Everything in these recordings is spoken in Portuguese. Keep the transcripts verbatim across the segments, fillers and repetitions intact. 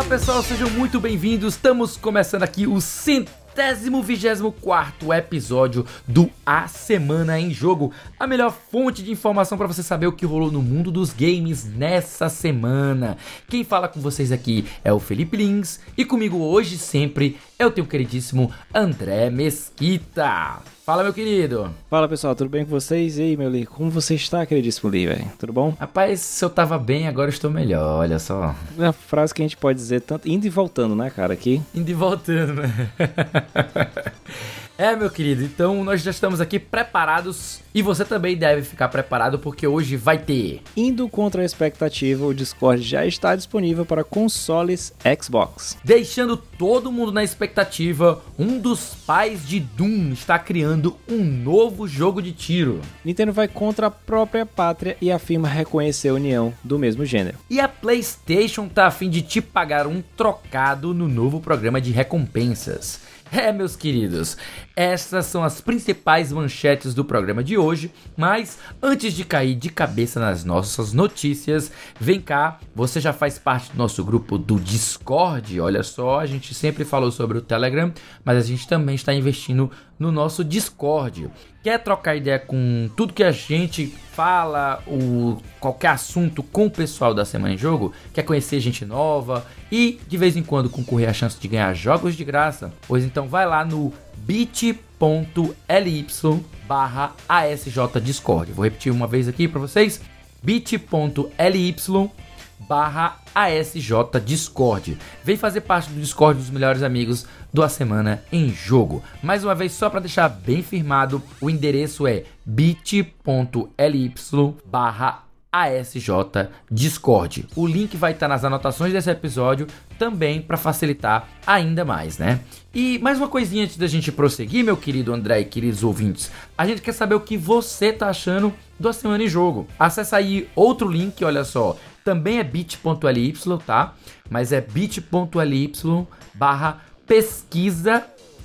pessoal, sejam muito bem-vindos. Estamos começando aqui o centésimo vigésimo quarto episódio do A Semana em Jogo, a melhor fonte de informação para você saber o que rolou no mundo dos games nessa semana. Quem fala com vocês aqui é o Felipe Lins e comigo hoje sempre é o teu queridíssimo André Mesquita. Fala, meu querido. Fala, pessoal, tudo bem com vocês? E aí, meu Lee, como você está, queridíssimo Lee, velho? Tudo bom? Rapaz, se eu tava bem, agora eu estou melhor, olha só. É uma frase que a gente pode dizer tanto indo e voltando, né, cara, aqui. Indo e voltando, né? É, meu querido, então nós já estamos aqui preparados e você também deve ficar preparado porque hoje vai ter... Indo contra a expectativa, o Discord já está disponível para consoles Xbox. Deixando todo mundo na expectativa, um dos pais de Doom está criando um novo jogo de tiro. Nintendo vai contra a própria pátria e afirma reconhecer a união do mesmo gênero. E a PlayStation tá a fim de te pagar um trocado no novo programa de recompensas. É, meus queridos, essas são as principais manchetes do programa de hoje, mas antes de cair de cabeça nas nossas notícias, vem cá, você já faz parte do nosso grupo do Discord? Olha só, a gente sempre falou sobre o Telegram, mas a gente também está investindo no nosso Discord. Quer trocar ideia com tudo que a gente fala, o, qualquer assunto com o pessoal da Semana em Jogo? Quer conhecer gente nova e de vez em quando concorrer à chance de ganhar jogos de graça? Pois então vai lá no bit.ly barra asjdiscord. Vou repetir uma vez aqui para vocês. bit.ly barra asjdiscord. Vem fazer parte do Discord dos melhores amigos do A Semana em Jogo. Mais uma vez, só para deixar bem firmado, o endereço é bit.ly barra asjdiscord. O link vai estar nas anotações desse episódio também para facilitar ainda mais, né? E mais uma coisinha antes da gente prosseguir, meu querido André e queridos ouvintes. A gente quer saber o que você tá achando do A Semana em Jogo. Acesse aí outro link, olha só. Também é bit.ly, tá? Mas é bit.ly barra pesquisa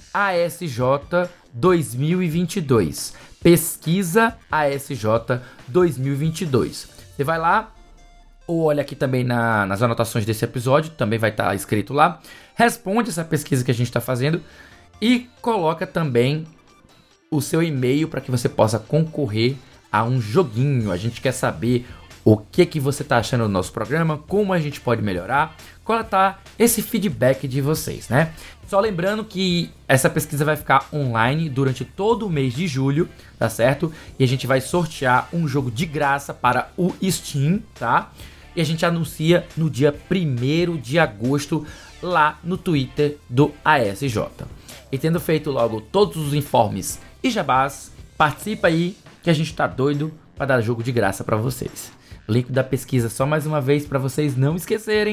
ASJ dois mil e vinte e dois. Pesquisa ASJ dois mil e vinte e dois. Você vai lá, ou olha aqui também na, nas anotações desse episódio, também vai estar escrito lá. Responde essa pesquisa que a gente está fazendo e coloca também o seu e-mail para que você possa concorrer a um joguinho. A gente quer saber o que, que você está achando do nosso programa, como a gente pode melhorar, coletar esse feedback de vocês, né? Só lembrando que essa pesquisa vai ficar online durante todo o mês de julho, tá certo? E a gente vai sortear um jogo de graça para o Steam, tá? E a gente anuncia no dia primeiro de agosto lá no Twitter do A S J. E tendo feito logo todos os informes e jabás, participa aí que a gente tá doido para dar jogo de graça para vocês. Link da pesquisa só mais uma vez para vocês não esquecerem,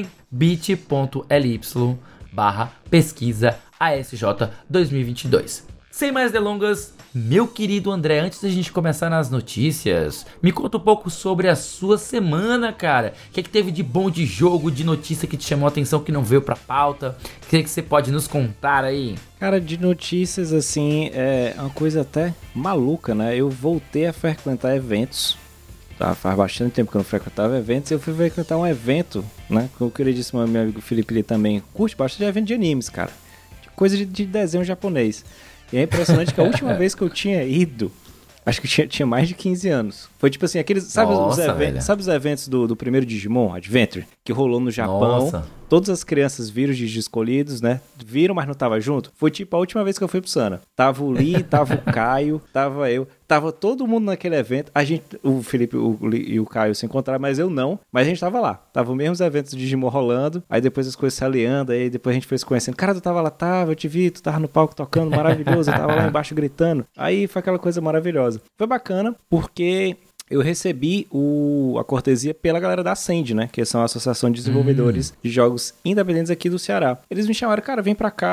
bit.ly barra pesquisa ASJ dois mil e vinte e dois. Sem mais delongas, meu querido André, antes da gente começar nas notícias, me conta um pouco sobre a sua semana, cara. O que é que teve de bom de jogo, de notícia que te chamou a atenção que não veio pra pauta? O que é que você pode nos contar aí? Cara, de notícias, assim, é uma coisa até maluca, né? Eu voltei a frequentar eventos. Tá, faz bastante tempo que eu não frequentava eventos. Eu fui frequentar um evento, né? Que o queridíssimo meu amigo Felipe Lee também curte bastante evento de animes, cara. Coisa de, de desenho japonês. E é impressionante que a última vez que eu tinha ido, acho que tinha, tinha mais de quinze anos. Foi tipo assim, aqueles. Sabe, Nossa, os, eventos, sabe os eventos do, do primeiro Digimon Adventure? Que rolou no Japão. Nossa. Todas as crianças viram os Digi escolhidos, né? Viram, mas não tava junto. Foi tipo a última vez que eu fui pro Sana. Tava o Lee, tava o Caio, tava eu. Tava todo mundo naquele evento. A gente, o Felipe o Lee e o Caio se encontraram, mas eu não. Mas a gente tava lá. Tava os mesmos eventos de Digimon rolando. Aí depois as coisas se aliando. Aí depois a gente foi se conhecendo. Cara, tu tava lá, tava, eu te vi. Tu tava no palco tocando, maravilhoso. Eu tava lá embaixo gritando. Aí foi aquela coisa maravilhosa. Foi bacana, porque eu recebi o, a cortesia pela galera da Ascend, né? Que são a Associação de Desenvolvedores hum. de Jogos Independentes aqui do Ceará. Eles me chamaram, cara, vem pra cá.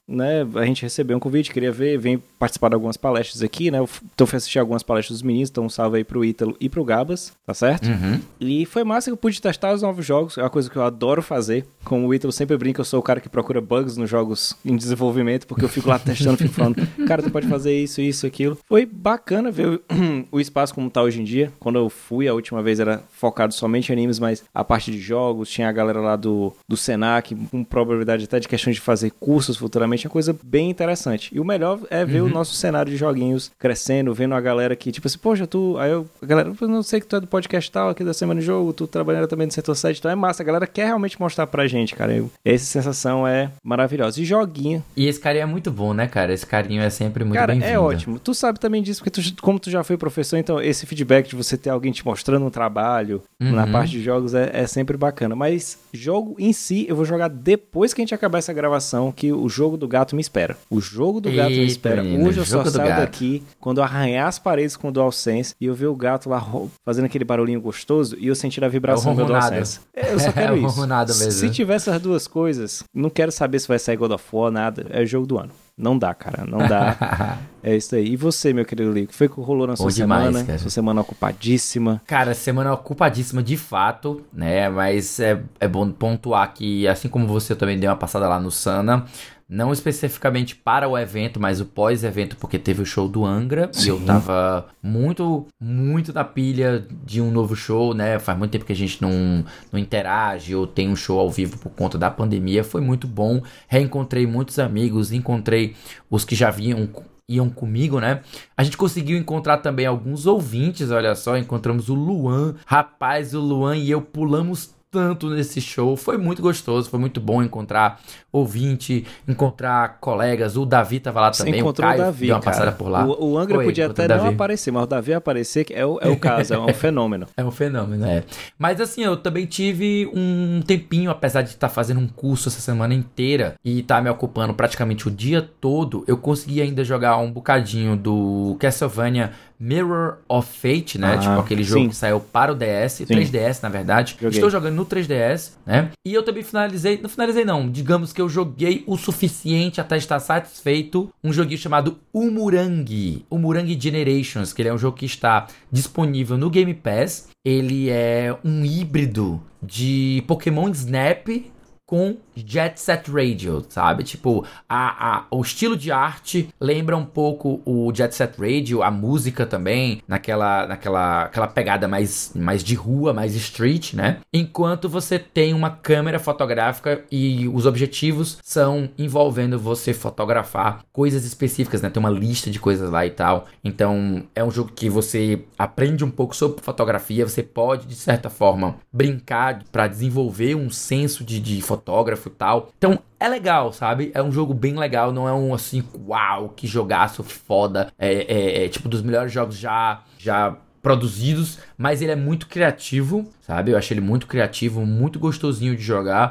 né, a gente recebeu um convite, queria ver, vem participar de algumas palestras aqui, né, então fui assistir algumas palestras dos meninos, então um salve aí pro Ítalo e pro Gabas, tá certo? Uhum. E foi massa que eu pude testar os novos jogos, é uma coisa que eu adoro fazer, como o Ítalo sempre brinca, eu sou o cara que procura bugs nos jogos em desenvolvimento, porque eu fico lá testando, fico falando, cara, tu pode fazer isso, isso, aquilo. Foi bacana ver o espaço como tá hoje em dia. Quando eu fui, a última vez era focado somente em animes, mas a parte de jogos, tinha a galera lá do, do Senac, com probabilidade até de questão de fazer cursos futuramente, é uma coisa bem interessante. E o melhor é ver uhum. o nosso cenário de joguinhos crescendo, vendo a galera que, tipo assim, poxa, tu... Aí eu, a galera, eu não sei que tu é do podcast tal, aqui da Semana de Jogo, tu trabalhando também no setor sete, então é massa. A galera quer realmente mostrar pra gente, cara. Eu, essa sensação é maravilhosa. E joguinho. E esse carinho é muito bom, né, cara? Esse carinho é sempre muito cara, bem-vindo. É ótimo. Tu sabe também disso, porque tu, como tu já foi professor, então esse feedback de você ter alguém te mostrando um trabalho uhum. na parte de jogos é, é sempre bacana. Mas jogo em si, eu vou jogar depois que a gente acabar essa gravação, que o jogo do gato me espera. O jogo do gato Eita, me espera. Menino, hoje eu só saio daqui quando eu arranhar as paredes com o DualSense e eu ver o gato lá fazendo aquele barulhinho gostoso e eu sentir a vibração é do DualSense. Eu só quero é isso. Mesmo. Se tiver essas duas coisas, não quero saber se vai sair God of War, nada. É o jogo do ano. Não dá, cara, não dá. É isso aí. E você, meu querido Lico, o que foi que rolou na sua Bom semana? Demais, cara. Sua semana ocupadíssima. Cara, semana ocupadíssima de fato, né? Mas é, é bom pontuar que, assim como você, eu também dei uma passada lá no Sana. Não especificamente para o evento, mas o pós-evento, porque teve o show do Angra. Sim. E eu tava muito, muito na pilha de um novo show, né? Faz muito tempo que a gente não, não interage ou tem um show ao vivo por conta da pandemia. Foi muito bom. Reencontrei muitos amigos, encontrei os que já vinham... iam comigo, né? A gente conseguiu encontrar também alguns ouvintes, olha só, encontramos o Luan. Rapaz, o Luan e eu pulamos tanto nesse show, foi muito gostoso, foi muito bom encontrar ouvinte, encontrar colegas, o Davi tava lá também, o Caio o Davi, deu uma passada cara. por lá. O, o Angra Oi, podia até não aparecer, mas o Davi aparecer é o, é o caso, é um fenômeno. É um fenômeno, é. Mas assim, eu também tive um tempinho, apesar de estar fazendo um curso essa semana inteira e estar me ocupando praticamente o dia todo, eu consegui ainda jogar um bocadinho do Castlevania Mirror of Fate, né? Ah, tipo aquele jogo sim. que saiu para o D S, sim. três D S na verdade. Joguei. Estou jogando no três D S, né? E eu também finalizei, não finalizei não, digamos que eu joguei o suficiente até estar satisfeito um joguinho chamado Umurangi, Umurangi Generations, que ele é um jogo que está disponível no Game Pass. Ele é um híbrido de Pokémon Snap com Jet Set Radio, sabe? Tipo, a, a, o estilo de arte lembra um pouco o Jet Set Radio, a música também, naquela, naquela aquela pegada mais, mais de rua, mais street, né? Enquanto você tem uma câmera fotográfica e os objetivos são envolvendo você fotografar coisas específicas, né? Tem uma lista de coisas lá e tal. Então, é um jogo que você aprende um pouco sobre fotografia, você pode, de certa forma, brincar para desenvolver um senso de, de fotógrafo e tal. Então é legal, sabe? É um jogo bem legal, não é um assim, uau, que jogaço foda. É, é, é tipo dos melhores jogos já, já produzidos, mas ele é muito criativo, sabe? Eu achei ele muito criativo, muito gostosinho de jogar.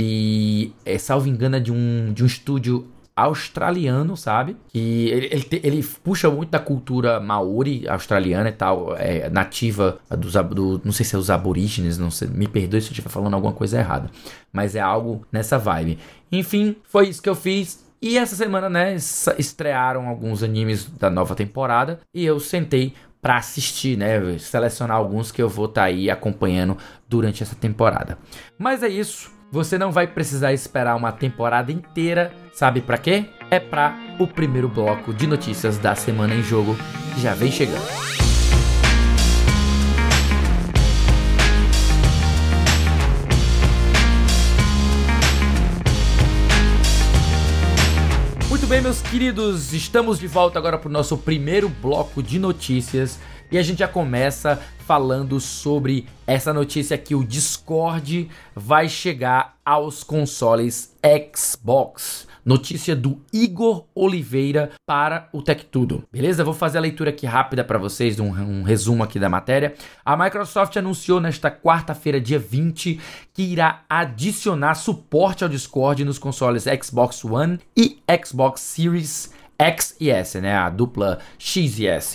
Ele, é, salvo engano, é de um, de um estúdio australiano, sabe? Que ele, ele, te, ele puxa muito da cultura maori australiana e tal, é, nativa dos, do, não sei se é os aborígenes, não sei, me perdoe se eu estiver falando alguma coisa errada, mas é algo nessa vibe. Enfim, foi isso que eu fiz. E essa semana, né, estrearam alguns animes da nova temporada e eu sentei pra assistir, né, selecionar alguns que eu vou estar tá aí acompanhando durante essa temporada. Mas é isso. Você não vai precisar esperar uma temporada inteira, sabe pra quê? É pra o primeiro bloco de notícias da Semana em Jogo, que já vem chegando. Muito bem, meus queridos, estamos de volta agora pro nosso primeiro bloco de notícias. E a gente já começa falando sobre essa notícia que o Discord vai chegar aos consoles Xbox. Notícia do Igor Oliveira para o Tech Tudo. Beleza? Vou fazer a leitura aqui rápida para vocês, um, um resumo aqui da matéria. A Microsoft anunciou nesta quarta-feira, dia vinte, que irá adicionar suporte ao Discord nos consoles Xbox One e Xbox Series X e S, né? A dupla X e S.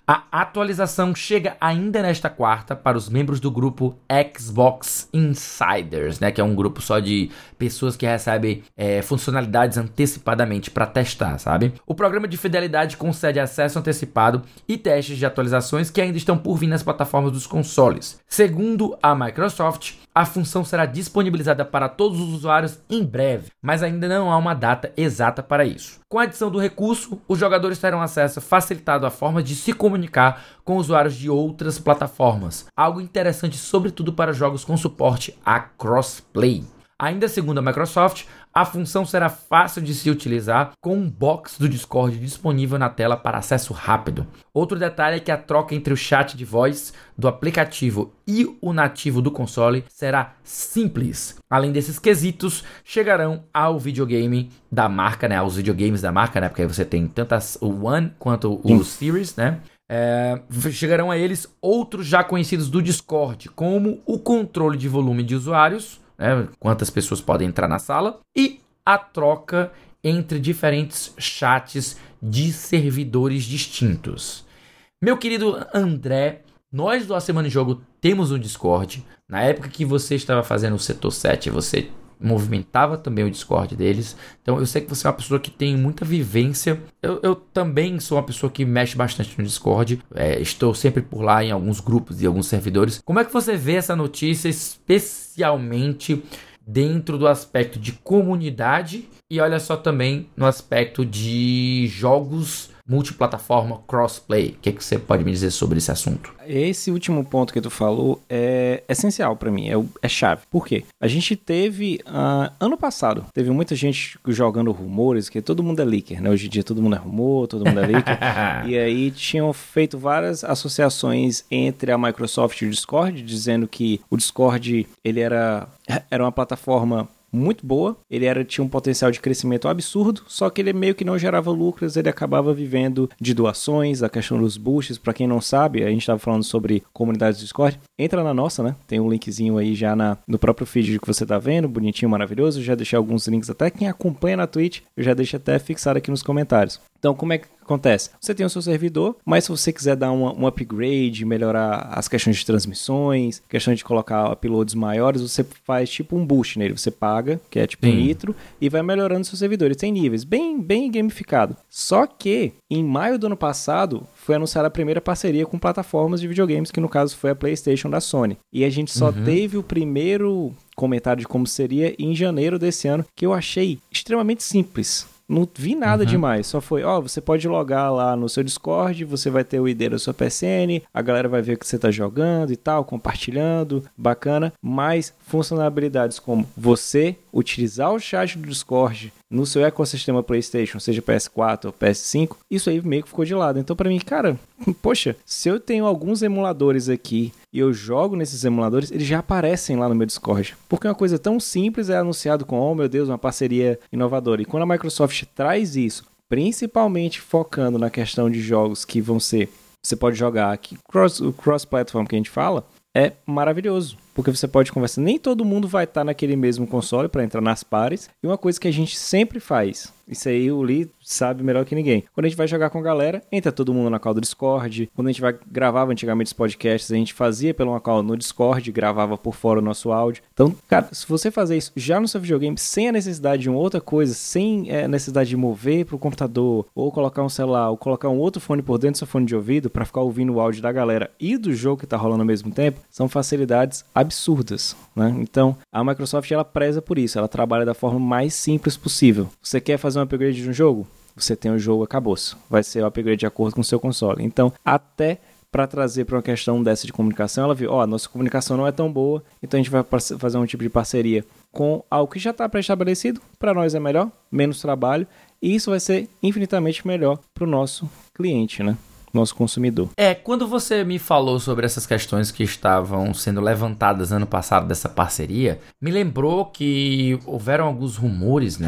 A atualização chega ainda nesta quarta para os membros do grupo Xbox Insiders, né, que é um grupo só de pessoas que recebem é, funcionalidades antecipadamente para testar, sabe? O programa de fidelidade concede acesso antecipado e testes de atualizações que ainda estão por vir nas plataformas dos consoles. Segundo a Microsoft, a função será disponibilizada para todos os usuários em breve, mas ainda não há uma data exata para isso. Com a adição do recurso, os jogadores terão acesso facilitado à forma de se comunicar com usuários de outras plataformas, algo interessante sobretudo para jogos com suporte a crossplay. Ainda segundo a Microsoft, a função será fácil de se utilizar com um box do Discord disponível na tela para acesso rápido. Outro detalhe é que a troca entre o chat de voz do aplicativo e o nativo do console será simples. Além desses quesitos, chegarão ao videogame da marca, né, aos videogames da marca, né, porque aí você tem tanto o One quanto o Series, né? É, chegarão a eles outros já conhecidos do Discord, como o controle de volume de usuários, né, quantas pessoas podem entrar na sala, e a troca entre diferentes chats de servidores distintos. Meu querido André, nós do A Semana em Jogo temos um Discord. Na época que você estava fazendo o Setor sete, você movimentava também o Discord deles. Então eu sei que você é uma pessoa que tem muita vivência. Eu, eu também sou uma pessoa que mexe bastante no Discord. É, estou sempre por lá em alguns grupos e alguns servidores. Como é que você vê essa notícia, especialmente dentro do aspecto de comunidade e olha só também no aspecto de jogos multiplataforma crossplay? O que, é que você pode me dizer sobre esse assunto? Esse último ponto que tu falou é essencial pra mim, é, é chave. Por quê? A gente teve, uh, ano passado, teve muita gente jogando rumores, que todo mundo é leaker, né? Hoje em dia todo mundo é rumor, todo mundo é leaker. E aí tinham feito várias associações entre a Microsoft e o Discord, dizendo que o Discord ele era, era uma plataforma muito boa, ele era, tinha um potencial de crescimento absurdo, só que ele meio que não gerava lucros, ele acabava vivendo de doações, a questão dos boosts. Para quem não sabe, a gente estava falando sobre comunidades do Discord, entra na nossa, né? Tem um linkzinho aí já na, no próprio feed que você tá vendo, bonitinho, maravilhoso. Eu já deixei alguns links até, quem acompanha na Twitch, eu já deixo até fixado aqui nos comentários. Então, como é que acontece? Você tem o seu servidor, mas se você quiser dar uma, um upgrade, melhorar as questões de transmissões, questão de colocar uploads maiores, você faz tipo um boost nele. Você paga, que é tipo Sim. um nitro, e vai melhorando seus servidores. Tem níveis, bem, bem gamificado. Só que, em maio do ano passado, foi anunciada a primeira parceria com plataformas de videogames, que no caso foi a PlayStation da Sony. E a gente só uhum. teve o primeiro comentário de como seria em janeiro desse ano, que eu achei extremamente simples. Não vi nada uhum. demais, só foi, ó, você pode logar lá no seu Discord, você vai ter o I D da sua P S N, a galera vai ver o que você tá jogando e tal, compartilhando, bacana, mas funcionalidades como você utilizar o chat do Discord no seu ecossistema PlayStation, seja P S quatro ou P S cinco, isso aí meio que ficou de lado. Então pra mim, cara, poxa, se eu tenho alguns emuladores aqui e eu jogo nesses emuladores, eles já aparecem lá no meu Discord. Porque uma coisa tão simples é anunciado com, oh meu Deus, uma parceria inovadora. E quando a Microsoft traz isso, principalmente focando na questão de jogos que vão ser, você pode jogar aqui, cross, o cross-platform que a gente fala, é maravilhoso. Porque você pode conversar, nem todo mundo vai estar naquele mesmo console para entrar nas pares. E uma coisa que a gente sempre faz, isso aí o Lee sabe melhor que ninguém. Quando a gente vai jogar com a galera, entra todo mundo na call do Discord. Quando a gente vai, gravava antigamente os podcasts, a gente fazia pela uma call no Discord, gravava por fora o nosso áudio. Então, cara, se você fazer isso já no seu videogame, sem a necessidade de uma outra coisa, sem é, necessidade de mover pro computador, ou colocar um celular, ou colocar um outro fone por dentro do seu fone de ouvido para ficar ouvindo o áudio da galera e do jogo que tá rolando ao mesmo tempo, são facilidades absurdas, né? Então, a Microsoft, ela preza por isso, ela trabalha da forma mais simples possível. Você quer fazer um upgrade de um jogo? Você tem o jogo, acabou-se. Vai ser o upgrade de acordo com o seu console. Então, até para trazer para uma questão dessa de comunicação, ela viu, ó, oh, a nossa comunicação não é tão boa, então a gente vai fazer um tipo de parceria com algo que já está pré-estabelecido, para nós é melhor, menos trabalho, e isso vai ser infinitamente melhor para o nosso cliente, né? Nosso consumidor. É, quando você me falou sobre essas questões que estavam sendo levantadas ano passado dessa parceria, me lembrou que houveram alguns rumores, né,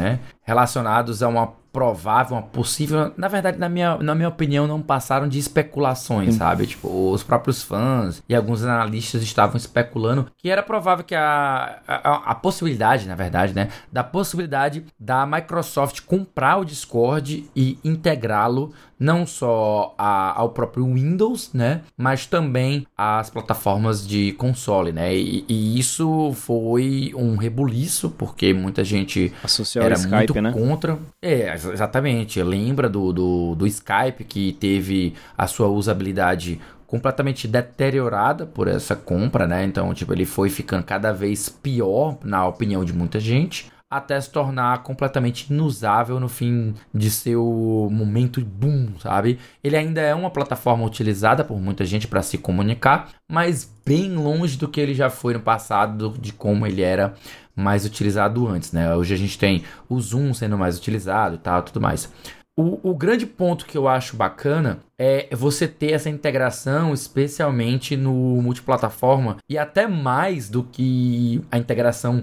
relacionados a uma provável, uma possível... Na verdade, na minha, na minha opinião, não passaram de especulações, Sim. sabe? Tipo, os próprios fãs e alguns analistas estavam especulando que era provável que a, a, a possibilidade, na verdade, né? Da possibilidade da Microsoft comprar o Discord e integrá-lo não só a, ao próprio Windows, né? Mas também às plataformas de console, né? E, e isso foi um rebuliço, porque muita gente Associou era ao Skype, muito né? contra. É, exatamente. Lembra do, do, do Skype, que teve a sua usabilidade completamente deteriorada por essa compra, né? Então, tipo, ele foi ficando cada vez pior, na opinião de muita gente, até se tornar completamente inusável no fim de seu momento boom, sabe? Ele ainda é uma plataforma utilizada por muita gente para se comunicar, mas bem longe do que ele já foi no passado, de como ele era mais utilizado antes, né? Hoje a gente tem o Zoom sendo mais utilizado e tal, tudo mais. O, o grande ponto que eu acho bacana é você ter essa integração, especialmente no multiplataforma, e até mais do que a integração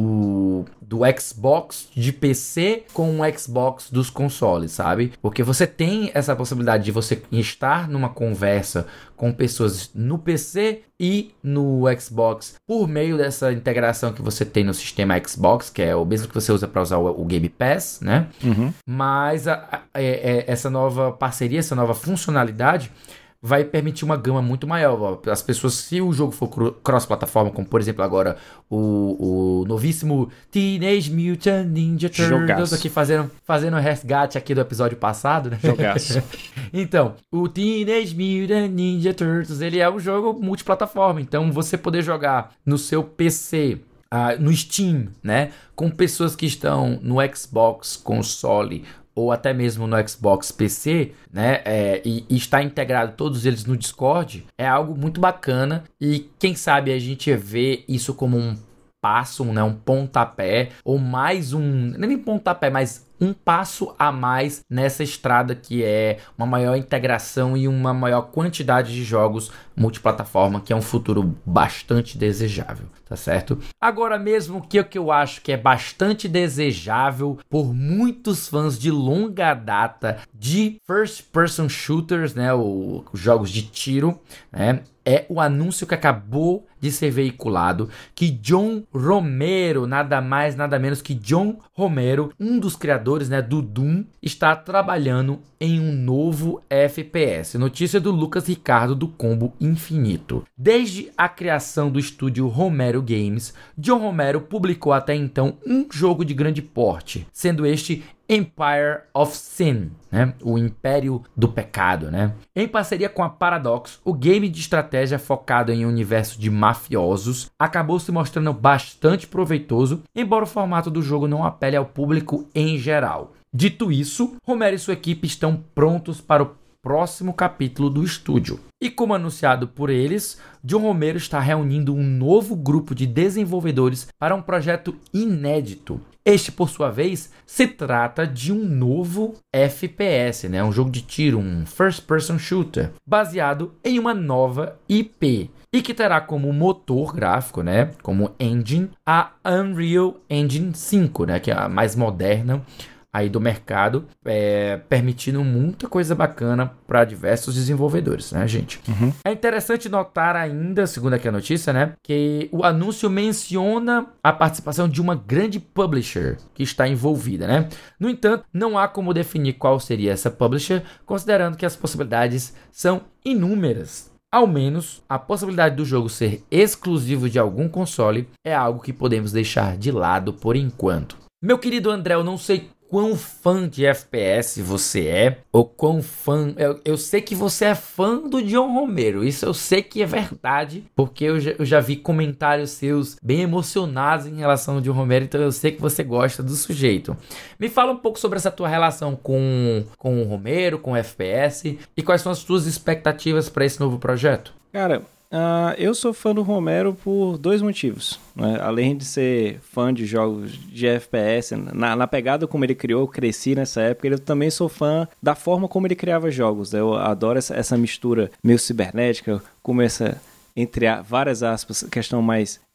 do, do Xbox de P C com o Xbox dos consoles, sabe? Porque você tem essa possibilidade de você estar numa conversa com pessoas no P C e no Xbox por meio dessa integração que você tem no sistema Xbox, que é o mesmo que você usa para usar o, o Game Pass, né? Uhum. Mas a, a, a, essa nova parceria, essa nova funcionalidade vai permitir uma gama muito maior. As pessoas, se o jogo for cross-plataforma, como por exemplo agora o, o novíssimo Teenage Mutant Ninja Turtles, Jogaço. aqui fazendo, fazendo resgate aqui do episódio passado, né? Jogaço. Então, o Teenage Mutant Ninja Turtles, ele é um jogo multiplataforma, então você poder jogar no seu P C, uh, no Steam, né, com pessoas que estão no Xbox console ou até mesmo no Xbox P C, né, é, e, e está integrado todos eles no Discord, é algo muito bacana, e quem sabe a gente vê isso como um passo, né, um pontapé, ou mais um, nem pontapé, mas um passo a mais nessa estrada que é uma maior integração e uma maior quantidade de jogos multiplataforma, que é um futuro bastante desejável, tá certo? Agora mesmo, o que, que eu acho que é bastante desejável por muitos fãs de longa data de first person shooters, né, os jogos de tiro, né, é o anúncio que acabou de ser veiculado, que John Romero, nada mais, nada menos que John Romero, um dos criadores, né, do Doom, está trabalhando em um novo F P S. Notícia do Lucas Ricardo do Combo Infinito. Desde a criação do estúdio Romero Games, John Romero publicou até então um jogo de grande porte, sendo este Empire of Sin, né? O Império do Pecado, né? Em parceria com a Paradox, o game de estratégia focado em um universo de mafiosos acabou se mostrando bastante proveitoso, embora o formato do jogo não apele ao público em geral. Dito isso, Romero e sua equipe estão prontos para o próximo capítulo do estúdio. E como anunciado por eles, John Romero está reunindo um novo grupo de desenvolvedores para um projeto inédito. Este, por sua vez, se trata de um novo F P S, né? Um jogo de tiro, um First Person Shooter, baseado em uma nova I P. E que terá como motor gráfico, né, como engine, a Unreal Engine cinco, né, que é a mais moderna aí do mercado, é, permitindo muita coisa bacana para diversos desenvolvedores, né, gente? Uhum. É interessante notar ainda, segundo aqui a notícia, né, que o anúncio menciona a participação de uma grande publisher que está envolvida, né? No entanto, não há como definir qual seria essa publisher, considerando que as possibilidades são inúmeras. Ao menos, a possibilidade do jogo ser exclusivo de algum console é algo que podemos deixar de lado por enquanto. Meu querido André, eu não sei quão fã de F P S você é, ou quão fã... Eu, eu sei que você é fã do John Romero, isso eu sei que é verdade, porque eu já, eu já vi comentários seus bem emocionados em relação ao John Romero, então eu sei que você gosta do sujeito. Me fala um pouco sobre essa tua relação com, com o Romero, com o F P S, e quais são as tuas expectativas para esse novo projeto? Cara... Uh, eu sou fã do Romero por dois motivos, né? Além de ser fã de jogos de F P S, na, na pegada como ele criou, eu cresci nessa época, eu também sou fã da forma como ele criava jogos, né? Eu adoro essa, essa mistura meio cibernética, como essa, entre várias aspas, questão mais é,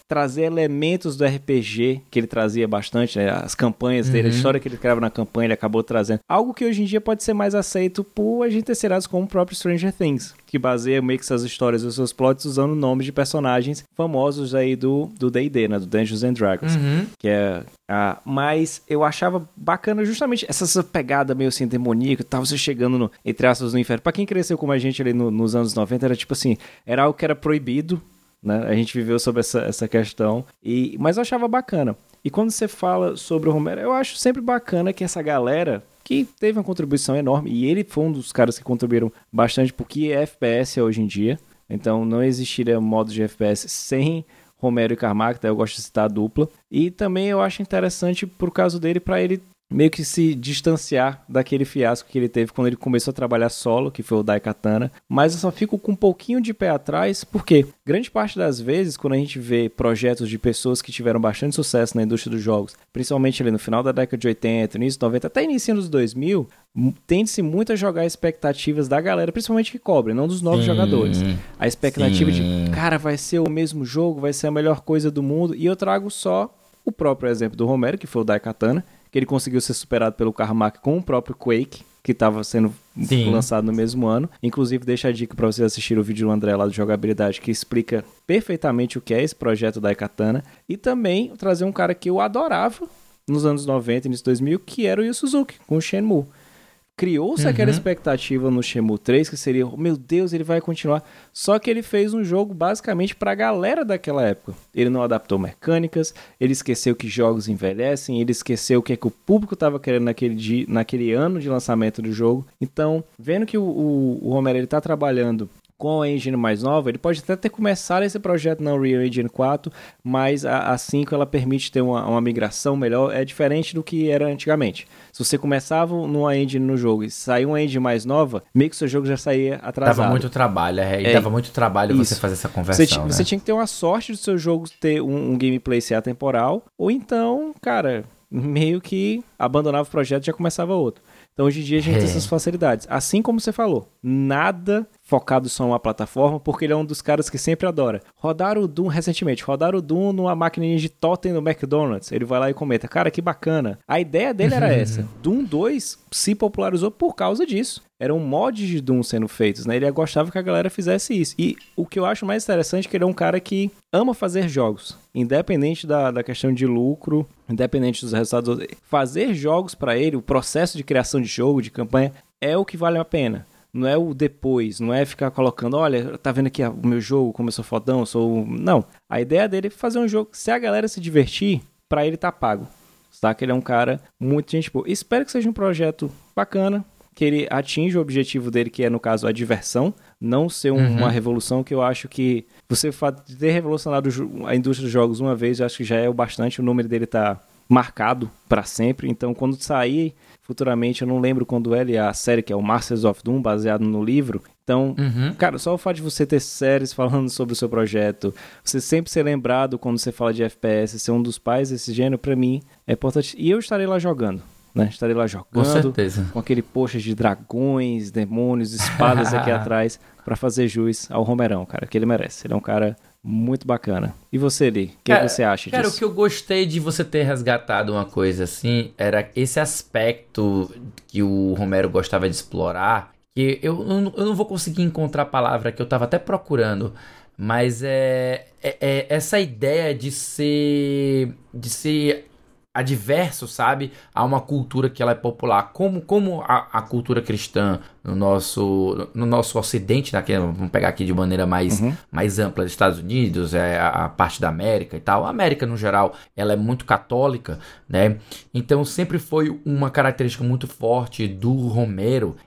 trazer elementos do R P G, que ele trazia bastante, né? As campanhas dele, uhum. a história que ele criava na campanha, ele acabou trazendo. Algo que hoje em dia pode ser mais aceito por agentes terceirados como o próprio Stranger Things, que baseia meio que essas histórias e os seus plots usando nomes de personagens famosos aí do do D e D, né? Do Dungeons and Dragons. Uhum. Que é... Ah, mas eu achava bacana justamente essa, essa pegada meio assim demoníaca, tá você chegando no, entre aspas, no inferno. Pra quem cresceu como a gente ali no, nos anos noventa, era tipo assim, era algo que era proibido, né? A gente viveu sobre essa, essa questão, e, mas eu achava bacana. E quando você fala sobre o Romero, eu acho sempre bacana que essa galera que teve uma contribuição enorme, e ele foi um dos caras que contribuíram bastante porque é F P S hoje em dia, então não existiria modo de F P S sem Romero e Carmack, tá? Eu gosto de citar a dupla. E também eu acho interessante por caso dele, para ele meio que se distanciar daquele fiasco que ele teve quando ele começou a trabalhar solo, que foi o Daikatana. Mas eu só fico com um pouquinho de pé atrás, porque grande parte das vezes, quando a gente vê projetos de pessoas que tiveram bastante sucesso na indústria dos jogos, principalmente ali no final da década de oitenta, início de noventa, até início dos dois mil, tende-se muito a jogar expectativas da galera, principalmente que cobre, não dos novos sim, jogadores. A expectativa sim. de, cara, vai ser o mesmo jogo, vai ser a melhor coisa do mundo. E eu trago só o próprio exemplo do Romero, que foi o Daikatana, que ele conseguiu ser superado pelo Carmack com o próprio Quake, que estava sendo sim. lançado no mesmo ano. Inclusive, deixa a dica para vocês assistirem o vídeo do André lá de jogabilidade, que explica perfeitamente o que é esse projeto Daikatana. E também trazer um cara que eu adorava nos anos noventa, início de dois mil, que era o Yu Suzuki, com o Shenmue. Criou-se uhum. aquela expectativa no Shenmue três, que seria, oh, meu Deus, ele vai continuar. Só que ele fez um jogo basicamente pra galera daquela época. Ele não adaptou mecânicas, ele esqueceu que jogos envelhecem, ele esqueceu o que, é que o público estava querendo naquele, dia, naquele ano de lançamento do jogo. Então, vendo que o, o, o Romero ele tá trabalhando com a engine mais nova, ele pode até ter começado esse projeto na Unreal Engine quatro, mas a, a cinco ela permite ter uma, uma migração melhor, é diferente do que era antigamente. Se você começava numa engine no jogo e saiu uma engine mais nova, meio que o seu jogo já saía atrasado. Dava muito trabalho, é, e é, dava muito trabalho isso. Você fazer essa conversão, você, né? Você tinha que ter uma sorte do seu jogo ter um, um gameplay ser atemporal, ou então, cara, meio que abandonava o projeto e já começava outro. Então hoje em dia a gente é. tem essas facilidades. Assim como você falou, nada focado só em uma plataforma, porque ele é um dos caras que sempre adora. Rodaram o Doom recentemente, rodaram o Doom numa maquininha de totem no McDonald's. Ele vai lá e comenta, cara, que bacana. A ideia dele era essa. Doom dois se popularizou por causa disso. Eram mods de Doom sendo feitos, né? Ele gostava que a galera fizesse isso. E o que eu acho mais interessante é que ele é um cara que ama fazer jogos. Independente da, da questão de lucro, independente dos resultados. Fazer jogos pra ele, o processo de criação de jogo, de campanha, é o que vale a pena. Não é o depois, não é ficar colocando, olha, tá vendo aqui o meu jogo, como eu sou fodão, sou... Não, a ideia dele é fazer um jogo, se a galera se divertir, pra ele tá pago. Saca? Ele é um cara muito gente boa. Espero que seja um projeto bacana, que ele atinja o objetivo dele, que é, no caso, a diversão, não ser um, uhum. uma revolução, que eu acho que você ter revolucionado a indústria dos jogos uma vez, eu acho que já é o bastante, o número dele tá marcado pra sempre, então quando sair futuramente, eu não lembro quando é a série que é o Masters of Doom, baseado no livro. Então, uhum. cara, só o fato de você ter séries falando sobre o seu projeto, você sempre ser lembrado quando você fala de F P S, ser um dos pais desse gênero, pra mim, é importante. E eu estarei lá jogando, né? Estarei lá jogando. Com certeza. Com aquele poxa de dragões, demônios, espadas aqui atrás, pra fazer jus ao Romerão, cara, que ele merece. Ele é um cara muito bacana. E você, Lee? O que, que você acha cara, disso? Cara, o que eu gostei de você ter resgatado uma coisa assim, era esse aspecto que o Romero gostava de explorar, que eu, eu não vou conseguir encontrar a palavra que eu tava até procurando, mas é, é, é essa ideia de ser... de ser adverso, sabe, a uma cultura que ela é popular, como, como a, a cultura cristã no nosso, no nosso ocidente, né, vamos pegar aqui de maneira mais, uhum. mais ampla, Estados Unidos, é, a, a parte da América e tal, a América no geral, ela é muito católica, né, então sempre foi uma característica muito forte do Romero,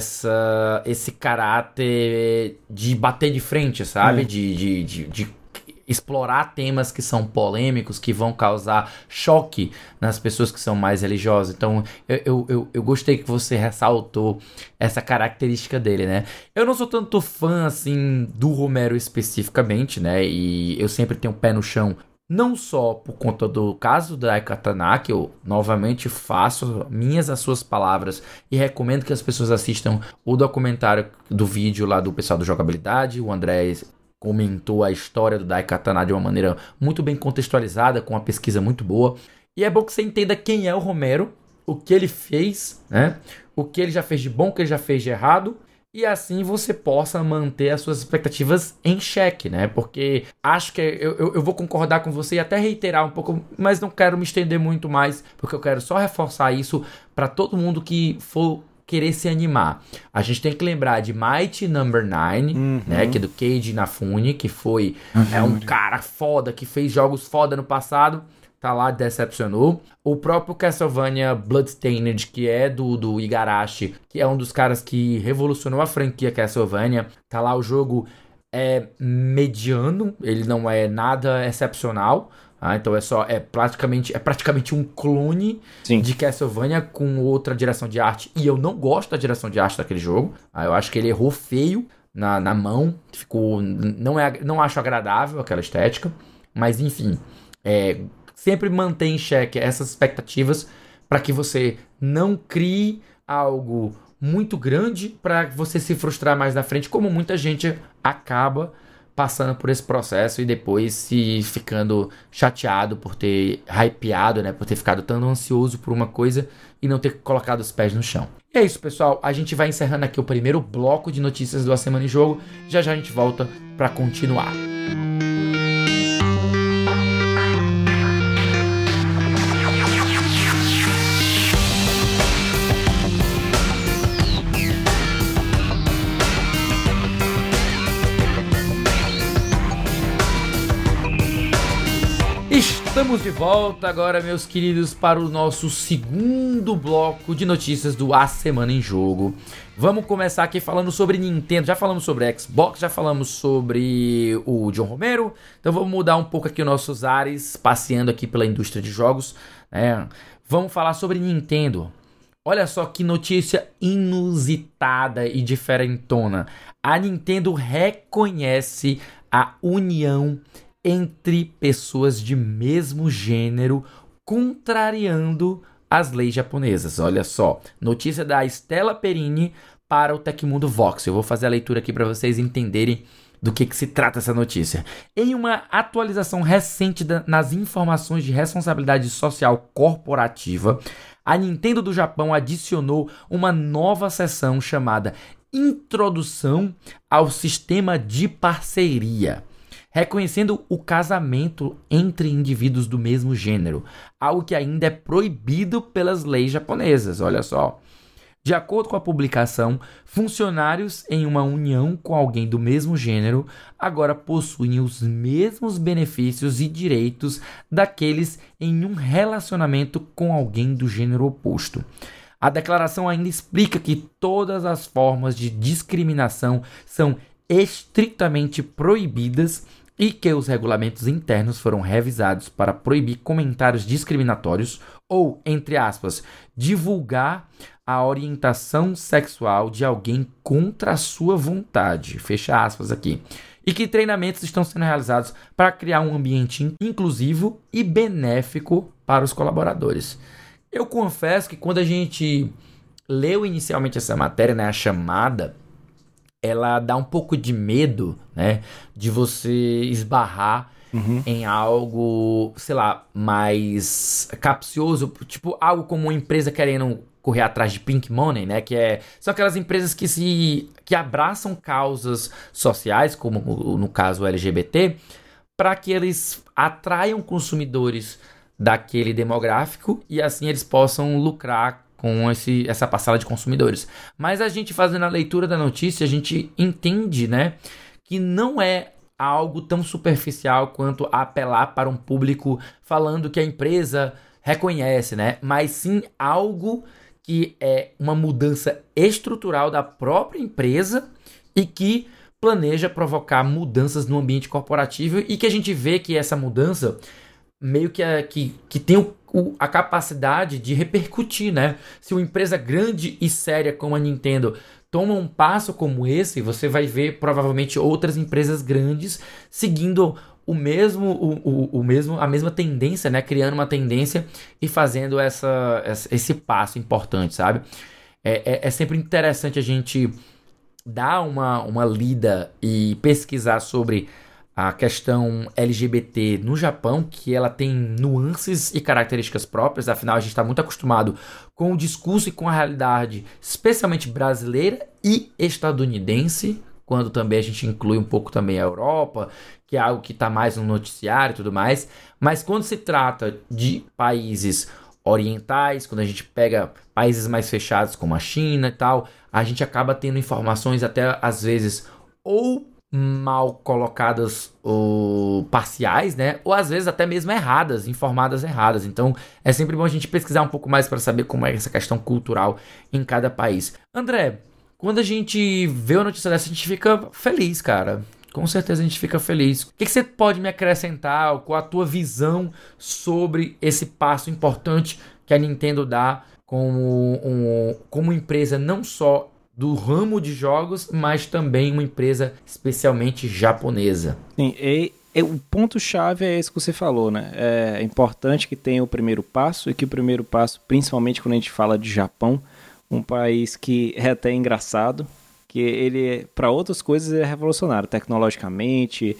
essa, esse caráter de bater de frente, sabe, uhum. de, de, de, de explorar temas que são polêmicos, que vão causar choque nas pessoas que são mais religiosas. Então, eu, eu, eu, eu gostei que você ressaltou essa característica dele, né? Eu não sou tanto fã, assim, do Romero especificamente, né? E eu sempre tenho o pé no chão, não só por conta do caso da Daikatana, que eu novamente faço minhas as suas palavras e recomendo que as pessoas assistam o documentário do vídeo lá do pessoal do Jogabilidade, o André comentou a história do Daikatana de uma maneira muito bem contextualizada, com uma pesquisa muito boa. E é bom que você entenda quem é o Romero, o que ele fez, né? O que ele já fez de bom, o que ele já fez de errado. E assim você possa manter as suas expectativas em xeque, né? Porque acho que eu, eu, eu vou concordar com você e até reiterar um pouco, mas não quero me estender muito mais, porque eu quero só reforçar isso para todo mundo que for querer se animar. A gente tem que lembrar de Mighty Number nine, uhum. né, que é do Keiji Inafune, que foi uhum. é um cara foda, que fez jogos foda no passado, tá lá, decepcionou. O próprio Castlevania Bloodstained, que é do, do Igarashi, que é um dos caras que revolucionou a franquia Castlevania, tá lá, o jogo é mediano, ele não é nada excepcional. Ah, então é só é praticamente é praticamente um clone Sim. de Castlevania com outra direção de arte, e eu não gosto da direção de arte daquele jogo. Ah, eu acho que ele errou feio na, na mão, ficou não é não acho agradável aquela estética, mas enfim, é, sempre mantém em xeque essas expectativas para que você não crie algo muito grande para você se frustrar mais na frente, como muita gente acaba passando por esse processo e depois se ficando chateado por ter hypeado, né, por ter ficado tão ansioso por uma coisa e não ter colocado os pés no chão. E é isso, pessoal, a gente vai encerrando aqui o primeiro bloco de notícias do A Semana em Jogo, já já a gente volta para continuar. Estamos de volta agora, meus queridos, para o nosso segundo bloco de notícias do A Semana em Jogo. Vamos começar aqui falando sobre Nintendo. Já falamos sobre Xbox, já falamos sobre o John Romero. Então vamos mudar um pouco aqui os nossos ares, passeando aqui pela indústria de jogos, né? Vamos falar sobre Nintendo. Olha só que notícia inusitada e diferentona. A Nintendo reconhece a união entre pessoas de mesmo gênero, contrariando as leis japonesas. Olha só, notícia da Stella Perini para o Tecmundo Vox. Eu vou fazer a leitura aqui para vocês entenderem do que, que se trata essa notícia. Em uma atualização recente da, nas informações de responsabilidade social corporativa, a Nintendo do Japão adicionou uma nova seção chamada Introdução ao Sistema de Parceria, reconhecendo o casamento entre indivíduos do mesmo gênero, algo que ainda é proibido pelas leis japonesas. Olha só. De acordo com a publicação, funcionários em uma união com alguém do mesmo gênero agora possuem os mesmos benefícios e direitos daqueles em um relacionamento com alguém do gênero oposto. A declaração ainda explica que todas as formas de discriminação são estritamente proibidas e que os regulamentos internos foram revisados para proibir comentários discriminatórios ou, entre aspas, divulgar a orientação sexual de alguém contra a sua vontade, fecha aspas aqui, e que treinamentos estão sendo realizados para criar um ambiente inclusivo e benéfico para os colaboradores. Eu confesso que quando a gente leu inicialmente essa matéria, né, a chamada, ela dá um pouco de medo, né, de você esbarrar uhum. em algo, sei lá, mais capcioso, tipo algo como uma empresa querendo correr atrás de pink money, né, que é, são aquelas empresas que se que abraçam causas sociais, como no caso o L G B T, para que eles atraiam consumidores daquele demográfico e assim eles possam lucrar com esse, essa parcela de consumidores. Mas a gente fazendo a leitura da notícia, a gente entende, né, que não é algo tão superficial quanto apelar para um público falando que a empresa reconhece, né, mas sim algo que é uma mudança estrutural da própria empresa e que planeja provocar mudanças no ambiente corporativo e que a gente vê que essa mudança meio que, é, que, que tem o, o, a capacidade de repercutir, né? Se uma empresa grande e séria como a Nintendo toma um passo como esse, você vai ver provavelmente outras empresas grandes seguindo o mesmo, o, o, o mesmo, a mesma tendência, né? Criando uma tendência e fazendo essa, essa, esse passo importante, sabe? É, é, é sempre interessante a gente dar uma, uma lida e pesquisar sobre a questão L G B T no Japão, que ela tem nuances e características próprias, afinal a gente está muito acostumado com o discurso e com a realidade, especialmente brasileira e estadunidense, quando também a gente inclui um pouco também a Europa, que é algo que está mais no noticiário e tudo mais, mas quando se trata de países orientais, quando a gente pega países mais fechados como a China e tal, a gente acaba tendo informações até às vezes ou mal colocadas ou parciais, né? Ou às vezes até mesmo erradas, informadas erradas. Então é sempre bom a gente pesquisar um pouco mais para saber como é essa questão cultural em cada país. André, quando a gente vê uma notícia dessa, a gente fica feliz, cara. Com certeza a gente fica feliz. O que, que você pode me acrescentar? Qual a tua visão sobre esse passo importante que a Nintendo dá como, um, como empresa não só do ramo de jogos, mas também uma empresa especialmente japonesa? Sim, e, e o ponto-chave é esse que você falou, né? É importante que tenha o primeiro passo e que o primeiro passo, principalmente quando a gente fala de Japão, um país que é até engraçado, que ele, para outras coisas, é revolucionário, tecnologicamente,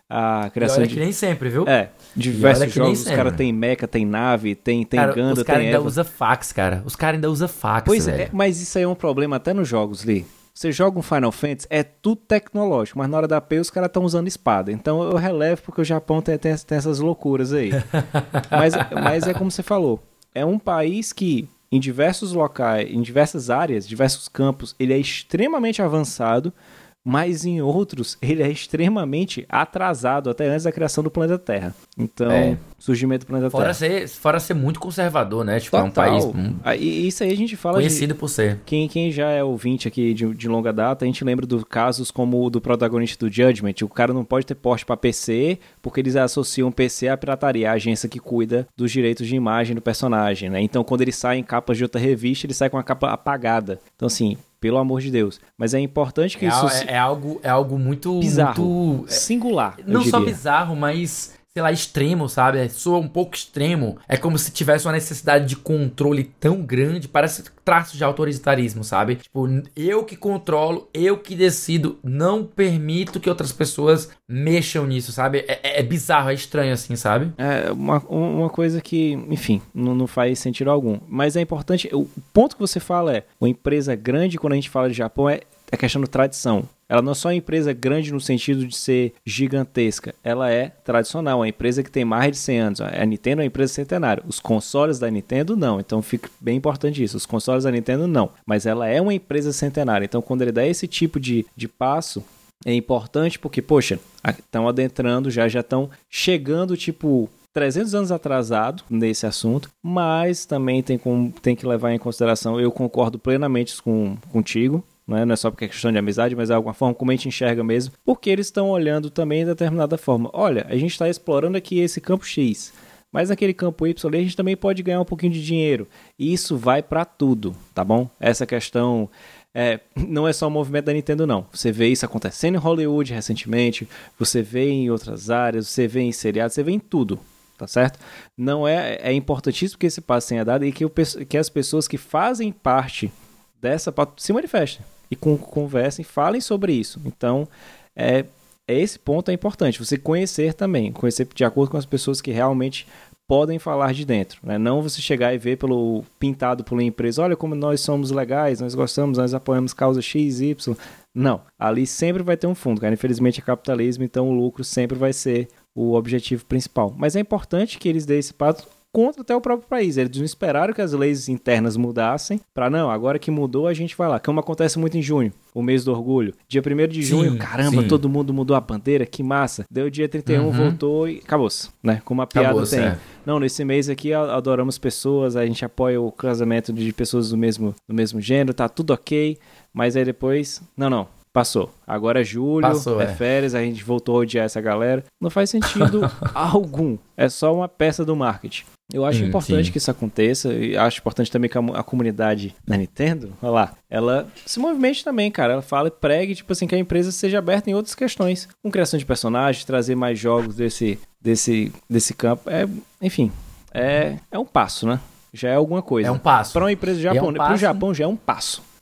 a criação e olha de... que nem sempre, viu? É, diversos jogos, os caras tem mecha, tem nave, tem, tem cara, Ganda, os cara tem ainda Eva. usa fax, cara. Os caras ainda usam fax, Pois velho. é, mas isso aí é um problema até nos jogos, Lee. Você joga um Final Fantasy, é tudo tecnológico, mas na hora da P os caras estão usando espada. Então eu relevo porque o Japão tem, tem, tem essas loucuras aí. mas, mas é como você falou, é um país que em diversos locais, em diversas áreas, diversos campos, ele é extremamente avançado, mas em outros ele é extremamente atrasado, até antes da criação do planeta Terra. Então, é. surgimento do planeta fora Terra. Ser, fora ser muito conservador, né? Tipo, Total. é um país hum, e isso aí a gente fala conhecido de, por ser. Quem, quem já é ouvinte aqui de, de longa data, a gente lembra de casos como o do protagonista do Judgment. O cara não pode ter porte para P C, porque eles associam P C à pirataria, a agência que cuida dos direitos de imagem do personagem, né? Então, quando ele sai em capas de outra revista, ele sai com a capa apagada. Então, assim, pelo amor de Deus. Mas é importante que é, isso... É, é, algo, é algo muito... bizarro. Muito, singular, Não eu só diria. bizarro, mas... sei lá, extremo, sabe? É, soa um pouco extremo. É como se tivesse uma necessidade de controle tão grande. Parece traço de autoritarismo, sabe? Tipo, eu que controlo, eu que decido. Não permito que outras pessoas mexam nisso, sabe? É, é, é bizarro, é estranho assim, sabe? É uma, uma coisa que, enfim, não, não faz sentido algum. Mas é importante... O ponto que você fala é... Uma empresa grande, quando a gente fala de Japão, é a questão da tradição. Ela não é só uma empresa grande no sentido de ser gigantesca. Ela é tradicional, uma empresa que tem mais de cem anos. A Nintendo é uma empresa centenária. Os consoles da Nintendo, não. Então fica bem importante isso. Os consoles da Nintendo, não. Mas ela é uma empresa centenária. Então quando ele dá esse tipo de, de passo, é importante porque, poxa, estão adentrando, já já estão chegando, tipo... trezentos anos atrasado nesse assunto, mas também tem, com, tem que levar em consideração, eu concordo plenamente com, contigo, não é? Não é só porque é questão de amizade, mas é alguma forma como a gente enxerga mesmo, porque eles estão olhando também de determinada forma. Olha, a gente está explorando aqui esse campo X, mas naquele campo Y ali a gente também pode ganhar um pouquinho de dinheiro, e isso vai para tudo, tá bom? Essa questão... É, não é só o movimento da Nintendo, não. Você vê isso acontecendo em Hollywood recentemente, você vê em outras áreas, você vê em seriados, você vê em tudo. Tá certo? Não é, é importantíssimo que esse passo tenha dado e que, o, que as pessoas que fazem parte dessa se manifestem e com, conversem, falem sobre isso. Então, é, esse ponto é importante. Você conhecer também, conhecer de acordo com as pessoas que realmente podem falar de dentro, né? Não você chegar e ver pelo pintado por uma empresa, olha como nós somos legais, nós gostamos, nós apoiamos causa X, Y. Não, ali sempre vai ter um fundo, cara. Infelizmente é capitalismo, então o lucro sempre vai ser o objetivo principal. Mas é importante que eles deem esse passo contra até o próprio país. Eles não esperaram que as leis internas mudassem para não, agora que mudou a gente vai lá. Como acontece muito em junho, o mês do orgulho. Dia primeiro de junho, sim, caramba, sim. Todo mundo mudou a bandeira, que massa. Deu dia trinta e um, uhum. voltou e acabou-se, né? Como a piada acabou-se, tem. É. Não, nesse mês aqui adoramos pessoas, a gente apoia o casamento de pessoas do mesmo, do mesmo gênero, tá tudo ok, mas aí depois, não, não. Passou. Agora é julho, Passou, é, é férias, a gente voltou a odiar essa galera. Não faz sentido algum. É só uma peça do marketing. Eu acho hum, importante sim. que isso aconteça. E acho importante também que a, a comunidade da Nintendo, olha lá, ela se movimente também, cara. Ela fala e pregue, tipo assim, que a empresa seja aberta em outras questões. Com criação de personagens, trazer mais jogos desse, desse, desse campo. É, enfim, é, é um passo, né? Já é alguma coisa. É um passo. Para uma empresa japonesa, é um para o Japão já é um passo.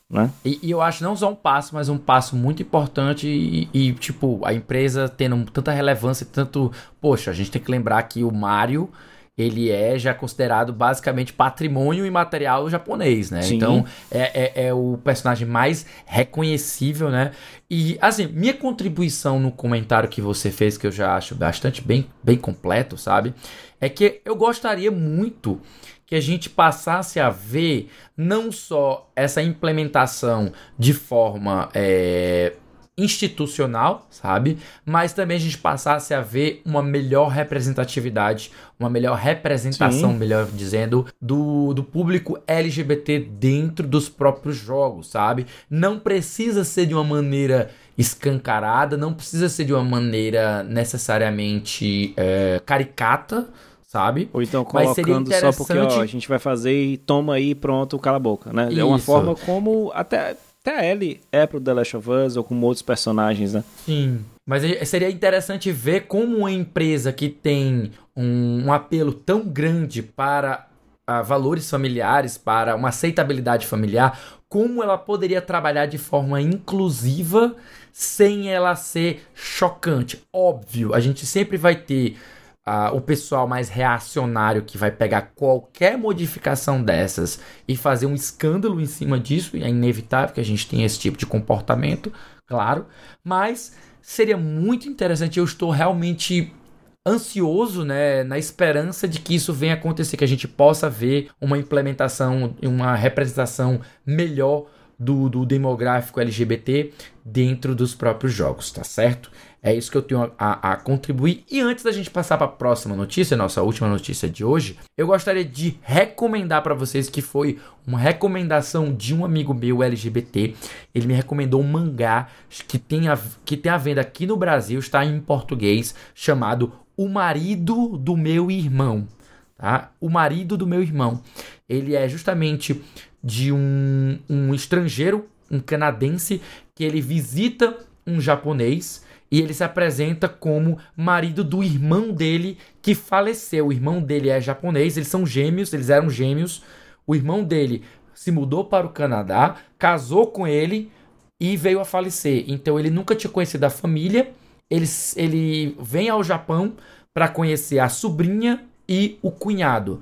né? E, e eu acho não só um passo, mas um passo muito importante e, e, tipo, a empresa tendo tanta relevância e tanto... Poxa, a gente tem que lembrar que o Mario, ele é já considerado basicamente patrimônio imaterial japonês, né? Sim. Então, é, é, é o personagem mais reconhecível, né? E, assim, minha contribuição no comentário que você fez, que eu já acho bastante bem, bem completo, sabe? É que eu gostaria muito que a gente passasse a ver não só essa implementação de forma é, institucional, sabe? Mas também a gente passasse a ver uma melhor representatividade, uma melhor representação, Sim. melhor dizendo, do, do público L G B T dentro dos próprios jogos, sabe? Não precisa ser de uma maneira escancarada, não precisa ser de uma maneira necessariamente é, caricata, sabe? Ou então Mas seria colocando só porque, ó, interessante- a gente vai fazer e toma aí, pronto, cala a boca, né? É uma Isso. forma como até, até a Ellie é pro The Last of Us ou com outros personagens, né? Sim, mas seria interessante ver como uma empresa que tem um, um apelo tão grande para ah, valores familiares, para uma aceitabilidade familiar, como ela poderia trabalhar de forma inclusiva sem ela ser chocante. Óbvio, a gente sempre vai ter ah, o pessoal mais reacionário que vai pegar qualquer modificação dessas e fazer um escândalo em cima disso, e é inevitável que a gente tenha esse tipo de comportamento, claro, mas seria muito interessante. Eu estou realmente ansioso, né, na esperança de que isso venha acontecer, que a gente possa ver uma implementação, uma representação melhor do, do demográfico L G B T dentro dos próprios jogos, tá certo? É isso que eu tenho a, a contribuir. E antes da gente passar para a próxima notícia, nossa última notícia de hoje, eu gostaria de recomendar para vocês, que foi uma recomendação de um amigo meu L G B T. Ele me recomendou um mangá que tem a, que tem a venda aqui no Brasil, está em português, chamado O Marido do Meu Irmão. Tá? O Marido do Meu Irmão. Ele é justamente de um, um estrangeiro, um canadense, que ele visita um japonês e ele se apresenta como marido do irmão dele que faleceu. O irmão dele é japonês, eles são gêmeos, eles eram gêmeos. O irmão dele se mudou para o Canadá, casou com ele e veio a falecer. Então ele nunca tinha conhecido a família. Ele, ele vem ao Japão para conhecer a sobrinha e o cunhado.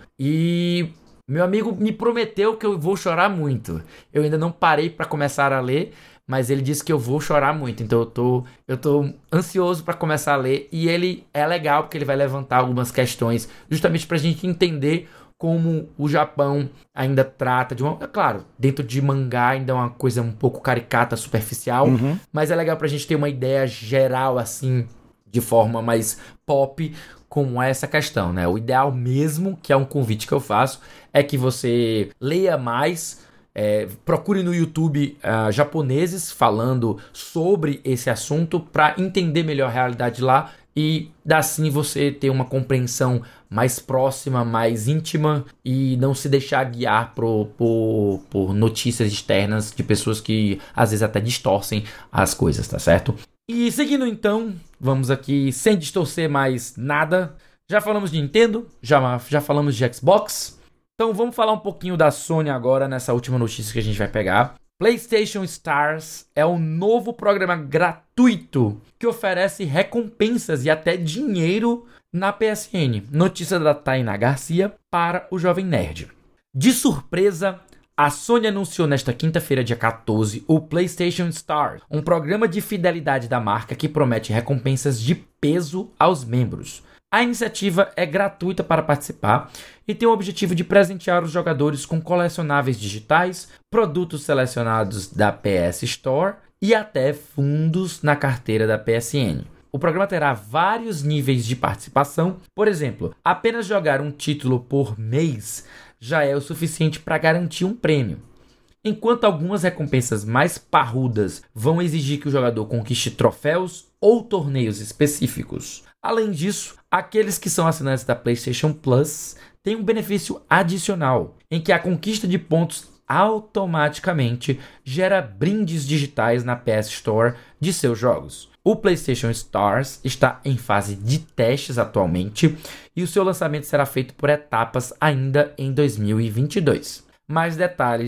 E meu amigo me prometeu que eu vou chorar muito. Eu ainda não parei para começar a ler, mas ele disse que eu vou chorar muito. Então eu tô, eu tô ansioso para começar a ler. E ele é legal porque ele vai levantar algumas questões justamente para a gente entender como o Japão ainda trata de uma... É claro, dentro de mangá ainda é uma coisa um pouco caricata, superficial. Uhum. Mas é legal pra gente ter uma ideia geral, assim, de forma mais pop, como é essa questão, né? O ideal mesmo, que é um convite que eu faço, é que você leia mais, é, procure no YouTube uh, japoneses falando sobre esse assunto para entender melhor a realidade lá e assim você ter uma compreensão mais próxima, mais íntima e não se deixar guiar por, por, por notícias externas de pessoas que às vezes até distorcem as coisas, tá certo? E seguindo então, vamos aqui sem distorcer mais nada. Já falamos de Nintendo, já, já falamos de Xbox. Então vamos falar um pouquinho da Sony agora nessa última notícia que a gente vai pegar. PlayStation Stars é um novo programa gratuito que oferece recompensas e até dinheiro na P S N. Notícia da Tainá Garcia para o Jovem Nerd. De surpresa, a Sony anunciou nesta quinta-feira, dia quatorze, o PlayStation Stars, um programa de fidelidade da marca que promete recompensas de peso aos membros. A iniciativa é gratuita para participar e tem o objetivo de presentear os jogadores com colecionáveis digitais, produtos selecionados da P S Store e até fundos na carteira da P S N. O programa terá vários níveis de participação. Por exemplo, apenas jogar um título por mês já é o suficiente para garantir um prêmio, enquanto algumas recompensas mais parrudas vão exigir que o jogador conquiste troféus ou torneios específicos. Além disso, aqueles que são assinantes da PlayStation Plus têm um benefício adicional, em que a conquista de pontos automaticamente gera brindes digitais na P S Store de seus jogos. O PlayStation Stars está em fase de testes atualmente e o seu lançamento será feito por etapas ainda em dois mil e vinte e dois. Mais detalhes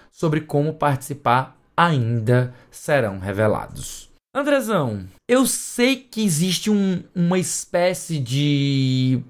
sobre como participar ainda serão revelados. Andrezão, eu sei que existe um, uma espécie de,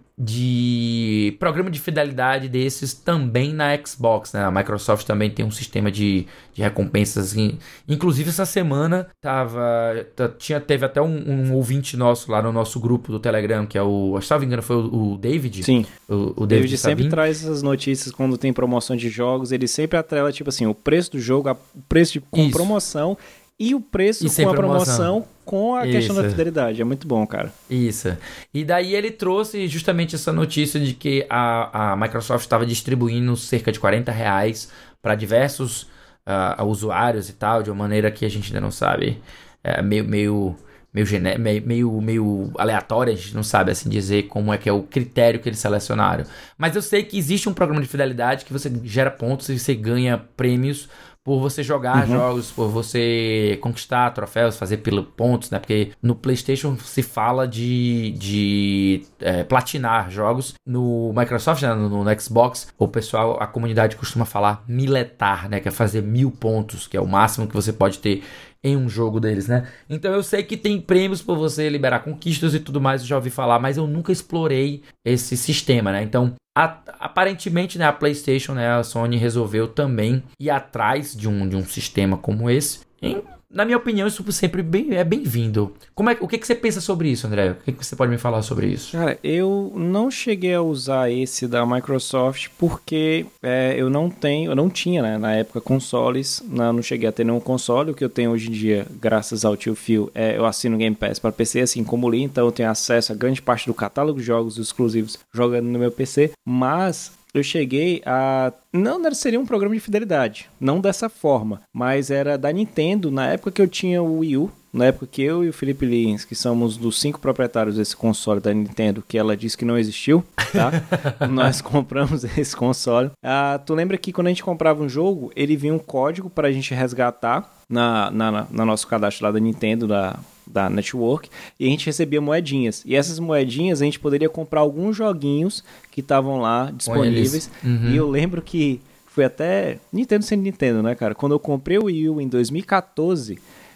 de programa de fidelidade desses também na Xbox, né? A Microsoft também tem um sistema de, de recompensas. Inclusive, essa semana tava, tinha, teve até um, um ouvinte nosso lá no nosso grupo do Telegram, que é o, se não me engano, foi o, o David. Sim. O, o David, David sempre traz essas notícias quando tem promoção de jogos. Ele sempre atrela, tipo assim, o preço do jogo, o preço de, com Isso. promoção e o preço e com a promoção. promoção com a Isso. questão da fidelidade. É muito bom, cara. Isso. E daí ele trouxe justamente essa notícia de que a, a Microsoft estava distribuindo cerca de quarenta reais para diversos uh, usuários e tal, de uma maneira que a gente ainda não sabe. É meio... meio Meio, gené- meio, meio, meio aleatória, a gente não sabe assim dizer como é que é o critério que eles selecionaram. Mas eu sei que existe um programa de fidelidade que você gera pontos e você ganha prêmios por você jogar uhum. jogos, por você conquistar troféus, fazer pelo pontos, né? Porque no PlayStation se fala de, de é, platinar jogos. No Microsoft, né? no, no Xbox, o pessoal, a comunidade costuma falar miletar, né? Que é fazer mil pontos, que é o máximo que você pode ter em um jogo deles, né? Então eu sei que tem prêmios por você liberar conquistas e tudo mais, eu já ouvi falar, mas eu nunca explorei esse sistema, né? Então, a, aparentemente, né, a PlayStation, né, a Sony resolveu também ir atrás de um, de um sistema como esse. Em, na minha opinião, isso sempre bem, é bem-vindo. Como é, o que, que você pensa sobre isso, André? O que, que você pode me falar sobre isso? Cara, eu não cheguei a usar esse da Microsoft porque é, eu não tenho, eu não tinha, né, na época consoles, não, não cheguei a ter nenhum console. O que eu tenho hoje em dia, graças ao tio Phil, é eu assino Game Pass para P C, assim como li, então eu tenho acesso a grande parte do catálogo de jogos exclusivos jogando no meu P C, mas eu cheguei a... Não seria um programa de fidelidade, não dessa forma, mas era da Nintendo, na época que eu tinha o Wii U, na época que eu e o Felipe Lins, que somos dos cinco proprietários desse console da Nintendo, que ela disse que não existiu, tá? Nós compramos esse console. Ah, tu lembra que quando a gente comprava um jogo, ele vinha um código para a gente resgatar na, na, na, na nosso cadastro lá da Nintendo, da... da Network, e a gente recebia moedinhas. E essas moedinhas a gente poderia comprar alguns joguinhos que estavam lá disponíveis. Uhum. E eu lembro que foi até Nintendo sendo Nintendo, né, cara? Quando eu comprei o Wii U em dois mil e catorze,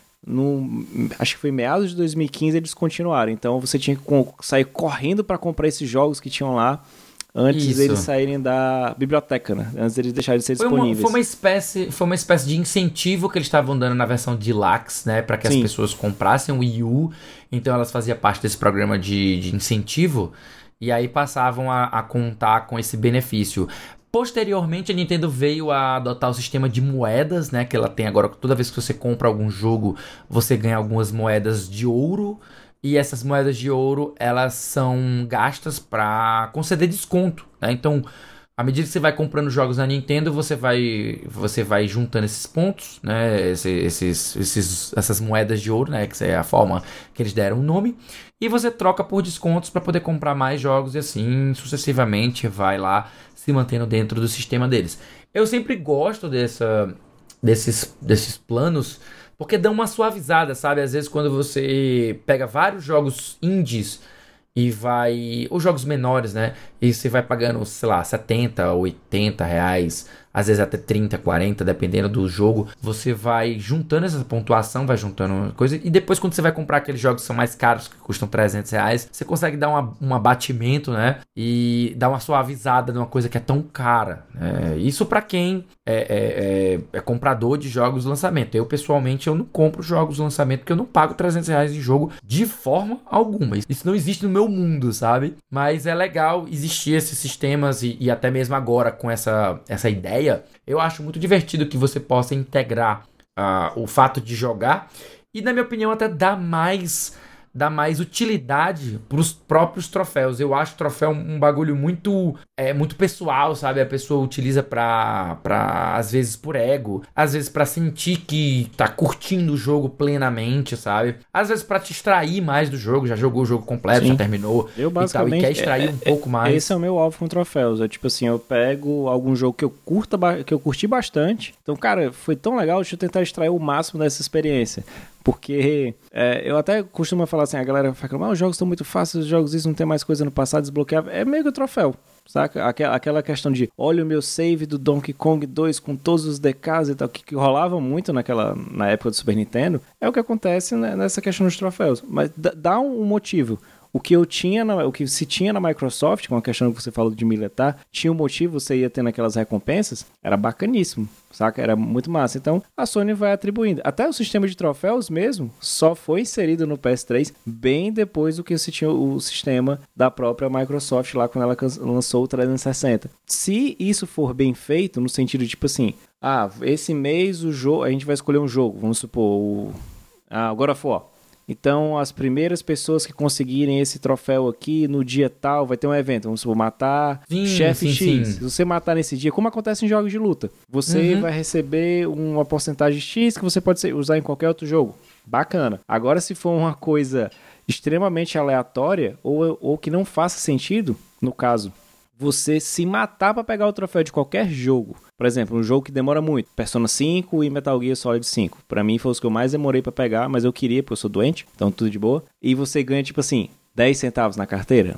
no, acho que foi meados de dois mil e quinze, eles continuaram. Então você tinha que sair correndo para comprar esses jogos que tinham lá antes Isso. deles saírem da biblioteca, né? Antes deles deixarem de ser foi disponíveis. Uma, foi, uma espécie, foi uma espécie de incentivo que eles estavam dando na versão Deluxe, né? Para que Sim. as pessoas comprassem o Wii U. Então elas faziam parte desse programa de, de incentivo. E aí passavam a, a contar com esse benefício. Posteriormente, a Nintendo veio a adotar o sistema de moedas, né? Que ela tem agora. Toda vez que você compra algum jogo, você ganha algumas moedas de ouro. E essas moedas de ouro, elas são gastas para conceder desconto, né? Então, à medida que você vai comprando jogos na Nintendo, você vai, você vai juntando esses pontos, né? Esse, esses, esses, essas moedas de ouro, né? Que é a forma que eles deram o nome. E você troca por descontos para poder comprar mais jogos e assim, sucessivamente, vai lá se mantendo dentro do sistema deles. Eu sempre gosto dessa, desses, desses planos, porque dá uma suavizada, sabe? Às vezes quando você pega vários jogos indies e vai... ou jogos menores, né? E você vai pagando, sei lá, setenta, oitenta reais, às vezes até trinta, quarenta, dependendo do jogo. Você vai juntando essa pontuação, vai juntando coisa. E depois quando você vai comprar aqueles jogos que são mais caros, que custam trezentos reais, você consegue dar uma, um abatimento, né? E dar uma suavizada numa coisa que é tão cara. Né? Isso pra quem é, é, é, é comprador de jogos de lançamento. Eu, pessoalmente, eu não compro jogos de lançamento porque eu não pago trezentos reais de jogo de forma alguma. Isso não existe no meu mundo, sabe? Mas é legal existir esses sistemas e, e até mesmo agora com essa, essa ideia, eu acho muito divertido que você possa integrar uh, o fato de jogar e, na minha opinião, até dar mais, dar mais utilidade para os próprios troféus. Eu acho o troféu um, um bagulho muito, é, muito pessoal, sabe? A pessoa utiliza para, para, às vezes, por ego, às vezes para sentir que tá curtindo o jogo plenamente, sabe? Às vezes para te extrair mais do jogo, já jogou o jogo completo, Sim. já terminou eu, basicamente, e, tal, e quer extrair é, um pouco mais. Esse é o meu alvo com troféus. É tipo assim, eu pego algum jogo que eu, curta, que eu curti bastante. Então, cara, foi tão legal, deixa eu tentar extrair o máximo dessa experiência. Porque é, eu até costumo falar assim, a galera fala, ah, os jogos estão muito fáceis, os jogos isso não tem mais coisa no passado, desbloqueável. É meio que o troféu. saca? Aquela, aquela questão de, olha o meu save do Donkey Kong dois com todos os D Ks e tal, que, que rolava muito naquela, na época do Super Nintendo, é o que acontece, né, nessa questão dos troféus. Mas dá, dá um motivo. O que eu tinha, na, o que se tinha na Microsoft, com a questão que você falou de militar, tinha um motivo, você ia tendo aquelas recompensas, era bacaníssimo, saca? Era muito massa. Então, a Sony vai atribuindo. Até o sistema de troféus mesmo só foi inserido no P S três bem depois do que se tinha o sistema da própria Microsoft lá quando ela lançou o trezentos e sessenta. Se isso for bem feito, no sentido tipo assim, ah, esse mês o jogo, a gente vai escolher um jogo, vamos supor, o ah, God of War. Então, as primeiras pessoas que conseguirem esse troféu aqui, no dia tal, vai ter um evento. Vamos supor, matar sim, chefe sim, X. Sim. Se você matar nesse dia, como acontece em jogos de luta, você uhum. vai receber uma porcentagem X que você pode usar em qualquer outro jogo. Bacana. Agora, se for uma coisa extremamente aleatória ou, ou que não faça sentido, no caso, você se matar para pegar o troféu de qualquer jogo. Por exemplo, um jogo que demora muito, Persona cinco e Metal Gear Solid cinco. Pra mim foi os que eu mais demorei pra pegar, mas eu queria, porque eu sou doente, então tudo de boa. E você ganha, tipo assim, dez centavos na carteira.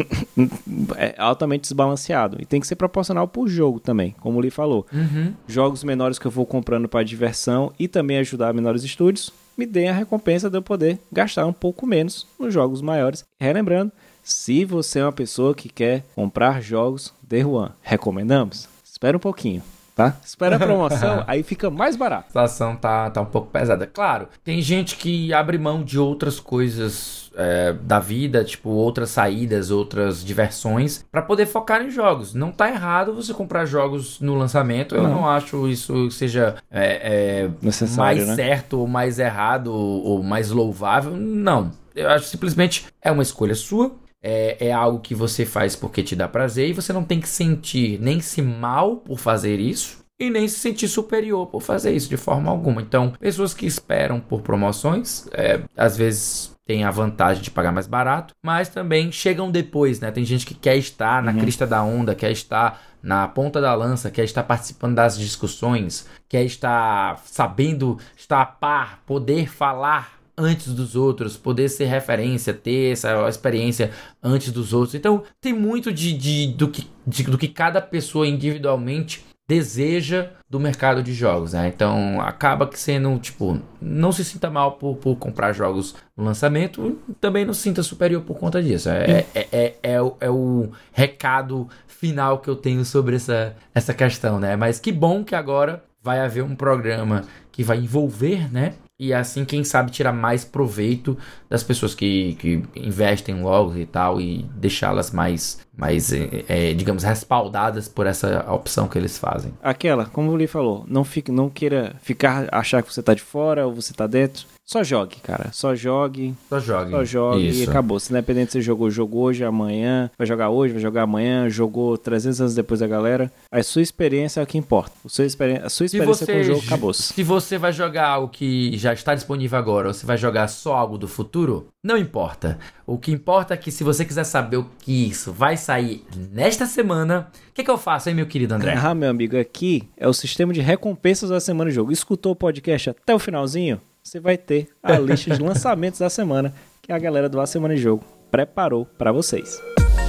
É altamente desbalanceado. E tem que ser proporcional pro jogo também, como o Lee falou. Uhum. Jogos menores que eu vou comprando pra diversão e também ajudar menores estúdios, me deem a recompensa de eu poder gastar um pouco menos nos jogos maiores. Relembrando, se você é uma pessoa que quer comprar jogos, Day One, recomendamos? Espera um pouquinho, tá? Espera a promoção, aí fica mais barato. A situação tá, tá um pouco pesada. Claro, tem gente que abre mão de outras coisas é, da vida, tipo outras saídas, outras diversões, pra poder focar em jogos. Não tá errado você comprar jogos no lançamento. Eu não, não acho isso seja é, é, necessário, mais né? certo ou mais errado ou, ou mais louvável. Não. Eu acho simplesmente é uma escolha sua. É, é algo que você faz porque te dá prazer e você não tem que sentir nem se mal por fazer isso e nem se sentir superior por fazer isso de forma alguma. Então, pessoas que esperam por promoções, é, às vezes têm a vantagem de pagar mais barato, mas também chegam depois, né? Tem gente que quer estar na uhum. crista da onda, quer estar na ponta da lança, quer estar participando das discussões, quer estar sabendo, estar a par, poder falar antes dos outros, poder ser referência, ter essa experiência antes dos outros. Então, tem muito de, de, do, que, de, do que cada pessoa individualmente deseja do mercado de jogos, né? Então, acaba que sendo, tipo, não se sinta mal por, por comprar jogos no lançamento, também não se sinta superior por conta disso. É, é, é, é, o, é o recado final que eu tenho sobre essa, essa questão, né? Mas que bom que agora vai haver um programa que vai envolver, né? E assim, quem sabe, tirar mais proveito das pessoas que, que investem logo e tal, e deixá-las mais, mais é, digamos, respaldadas por essa opção que eles fazem. Aquela, como o Lee falou, não, fique, não queira ficar, achar que você tá de fora ou você tá dentro. Só jogue, cara. Só jogue. Só jogue. Só jogue Isso. E acabou. Se independente se você jogou, jogou hoje, amanhã, vai jogar hoje, vai jogar amanhã, jogou trezentos anos depois da galera. A sua experiência é o que importa. A sua experiência, a sua experiência com o jogo acabou. Se você vai jogar algo que já está disponível agora ou se vai jogar só algo do futuro, não importa. O que importa é que se você quiser saber o que isso vai sair nesta semana, o que, que eu faço, hein, meu querido André? Ah, meu amigo, aqui é o sistema de recompensas da semana de jogo. Escutou o podcast até o finalzinho? Você vai ter a lista de lançamentos da semana que a galera do A Semana de Jogo preparou para vocês.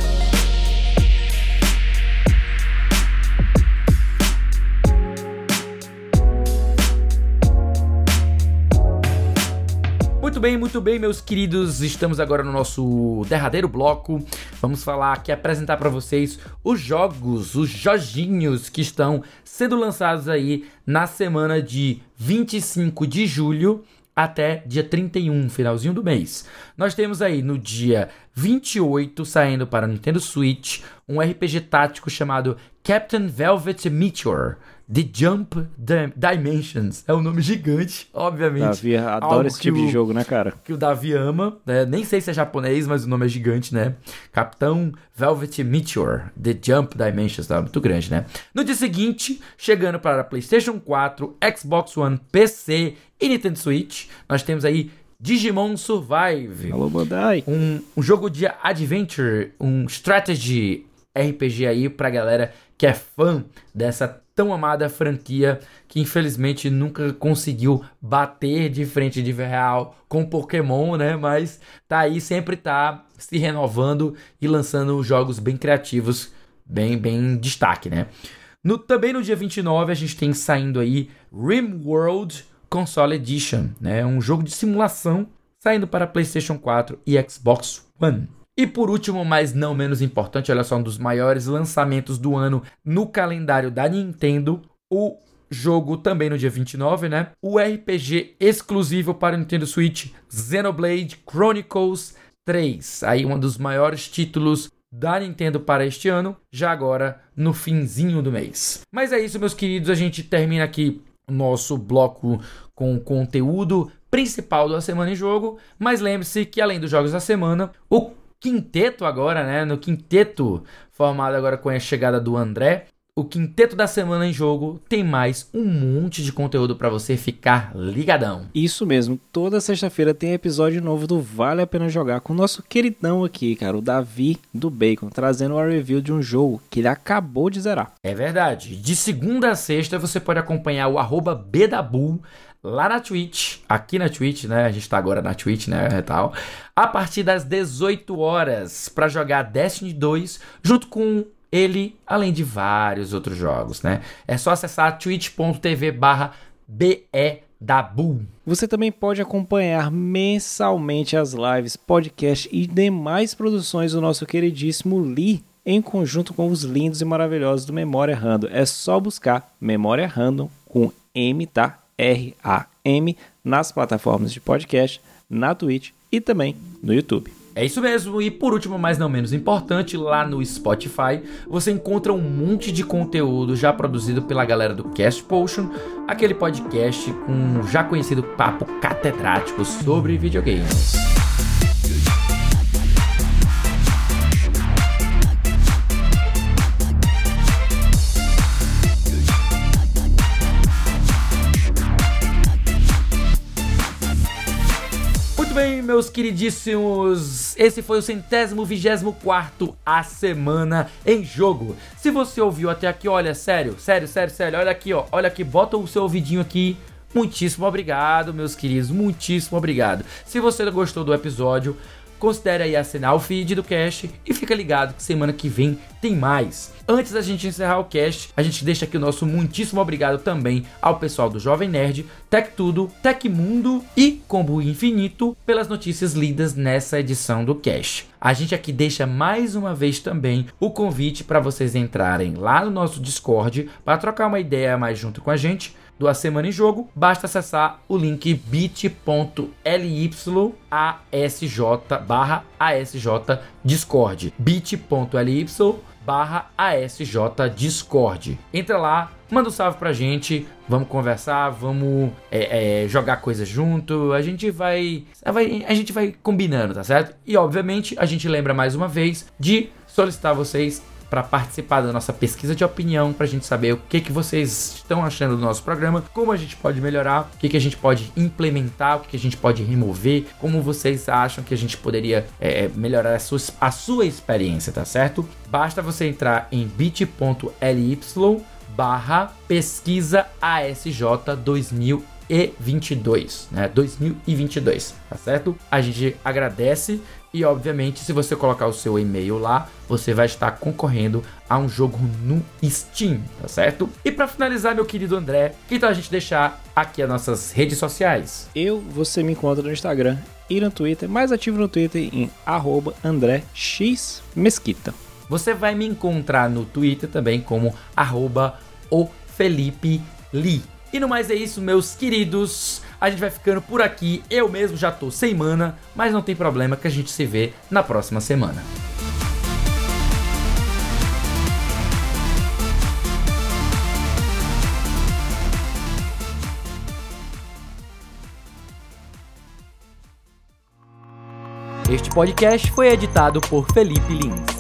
Muito bem, muito bem, meus queridos. Estamos agora no nosso derradeiro bloco. Vamos falar aqui, apresentar para vocês os jogos, os joguinhos que estão sendo lançados aí na semana de vinte e cinco de julho até dia trinta e um, finalzinho do mês. Nós temos aí no dia vinte e oito, saindo para Nintendo Switch, um R P G tático chamado Captain Velvet Meteor The Jump Dimensions. É um nome gigante, obviamente. Davi adora esse tipo o, de jogo, né, cara? Que o Davi ama, né? Nem sei se é japonês, mas o nome é gigante, né? Capitão Velvet Meteor The Jump Dimensions. Tá muito grande, né? No dia seguinte, chegando para PlayStation quatro, Xbox One, P C e Nintendo Switch, nós temos aí Digimon Survive. Alô, Bandai. Um, um jogo de adventure, um strategy R P G aí pra galera que é fã dessa tão amada franquia que infelizmente nunca conseguiu bater de frente de real com Pokémon, né? Mas tá aí, sempre tá se renovando e lançando jogos bem criativos bem, bem destaque, né? No, também no dia vinte e nove a gente tem saindo aí RimWorld Console Edition, né? Um jogo de simulação saindo para PlayStation quatro e Xbox One. E por último, mas não menos importante, olha só, um dos maiores lançamentos do ano no calendário da Nintendo, o jogo também no dia vinte e nove, né? O R P G exclusivo para o Nintendo Switch, Xenoblade Chronicles três. Aí um dos maiores títulos da Nintendo para este ano, já agora no finzinho do mês. Mas é isso, meus queridos, a gente termina aqui o nosso bloco com conteúdo principal da Semana em Jogo, mas lembre-se que além dos jogos da semana, o quinteto agora, né, no quinteto formado agora com a chegada do André, o quinteto da Semana em Jogo tem mais um monte de conteúdo para você ficar ligadão. Isso mesmo, toda sexta-feira tem episódio novo do Vale a Pena Jogar com o nosso queridão aqui, cara, o Davi do Bacon, trazendo uma review de um jogo que ele acabou de zerar. É verdade, de segunda a sexta você pode acompanhar o arroba Bedabull lá na Twitch, aqui na Twitch, né, a gente tá agora na Twitch, né, e tal, a partir das dezoito horas para jogar Destiny dois junto com ele, além de vários outros jogos, né? É só acessar twitch.tv barra bedabull. Você também pode acompanhar mensalmente as lives, podcast e demais produções do nosso queridíssimo Lee, em conjunto com os lindos e maravilhosos do Memória Random. É só buscar Memória Random com M, tá? R A M, nas plataformas de podcast, na Twitch e também no YouTube. É isso mesmo, e por último, mas não menos importante, lá no Spotify você encontra um monte de conteúdo já produzido pela galera do Cast Potion, aquele podcast com o já conhecido papo catedrático sobre videogames. Bem, meus queridíssimos, esse foi o centésimo vigésimo quarto A Semana em Jogo. Se você ouviu até aqui, olha, sério, sério, sério, sério, olha aqui, ó, olha aqui, bota o seu ouvidinho aqui. Muitíssimo obrigado, meus queridos, muitíssimo obrigado. Se você gostou do episódio, considere aí assinar o feed do cast e fica ligado que semana que vem tem mais. Antes da gente encerrar o cast, a gente deixa aqui o nosso muitíssimo obrigado também ao pessoal do Jovem Nerd, Tech Tudo, Tecmundo e Combo Infinito pelas notícias lidas nessa edição do cast. A gente aqui deixa mais uma vez também o convite para vocês entrarem lá no nosso Discord para trocar uma ideia mais junto com a gente do A Semana em Jogo. Basta acessar o link bit.ly asj barra asj discord, bit.ly barra asj discord. Entra lá, manda um salve pra gente, vamos conversar, vamos é, é, jogar coisas junto, a gente vai, vai a gente vai combinando, tá certo? E obviamente a gente lembra mais uma vez de solicitar vocês para participar da nossa pesquisa de opinião, para a gente saber o que, que vocês estão achando do nosso programa, como a gente pode melhorar, o que, que a gente pode implementar, o que, que a gente pode remover, como vocês acham que a gente poderia é, melhorar a sua, a sua experiência, tá certo? Basta você entrar em bit.ly barra pesquisa asj dois mil e vinte e dois, né? dois mil e vinte e dois, tá certo? A gente agradece. E, obviamente, se você colocar o seu e-mail lá, você vai estar concorrendo a um jogo no Steam, tá certo? E para finalizar, meu querido André, que tal a gente deixar aqui as nossas redes sociais? Eu, você me encontra no Instagram e no Twitter, mais ativo no Twitter em arroba André X Mesquita. Você vai me encontrar no Twitter também como arroba o Felipe Lee. E no mais é isso, meus queridos. A gente vai ficando por aqui. Eu mesmo já tô sem mana, mas não tem problema que a gente se vê na próxima semana. Este podcast foi editado por Felipe Lins.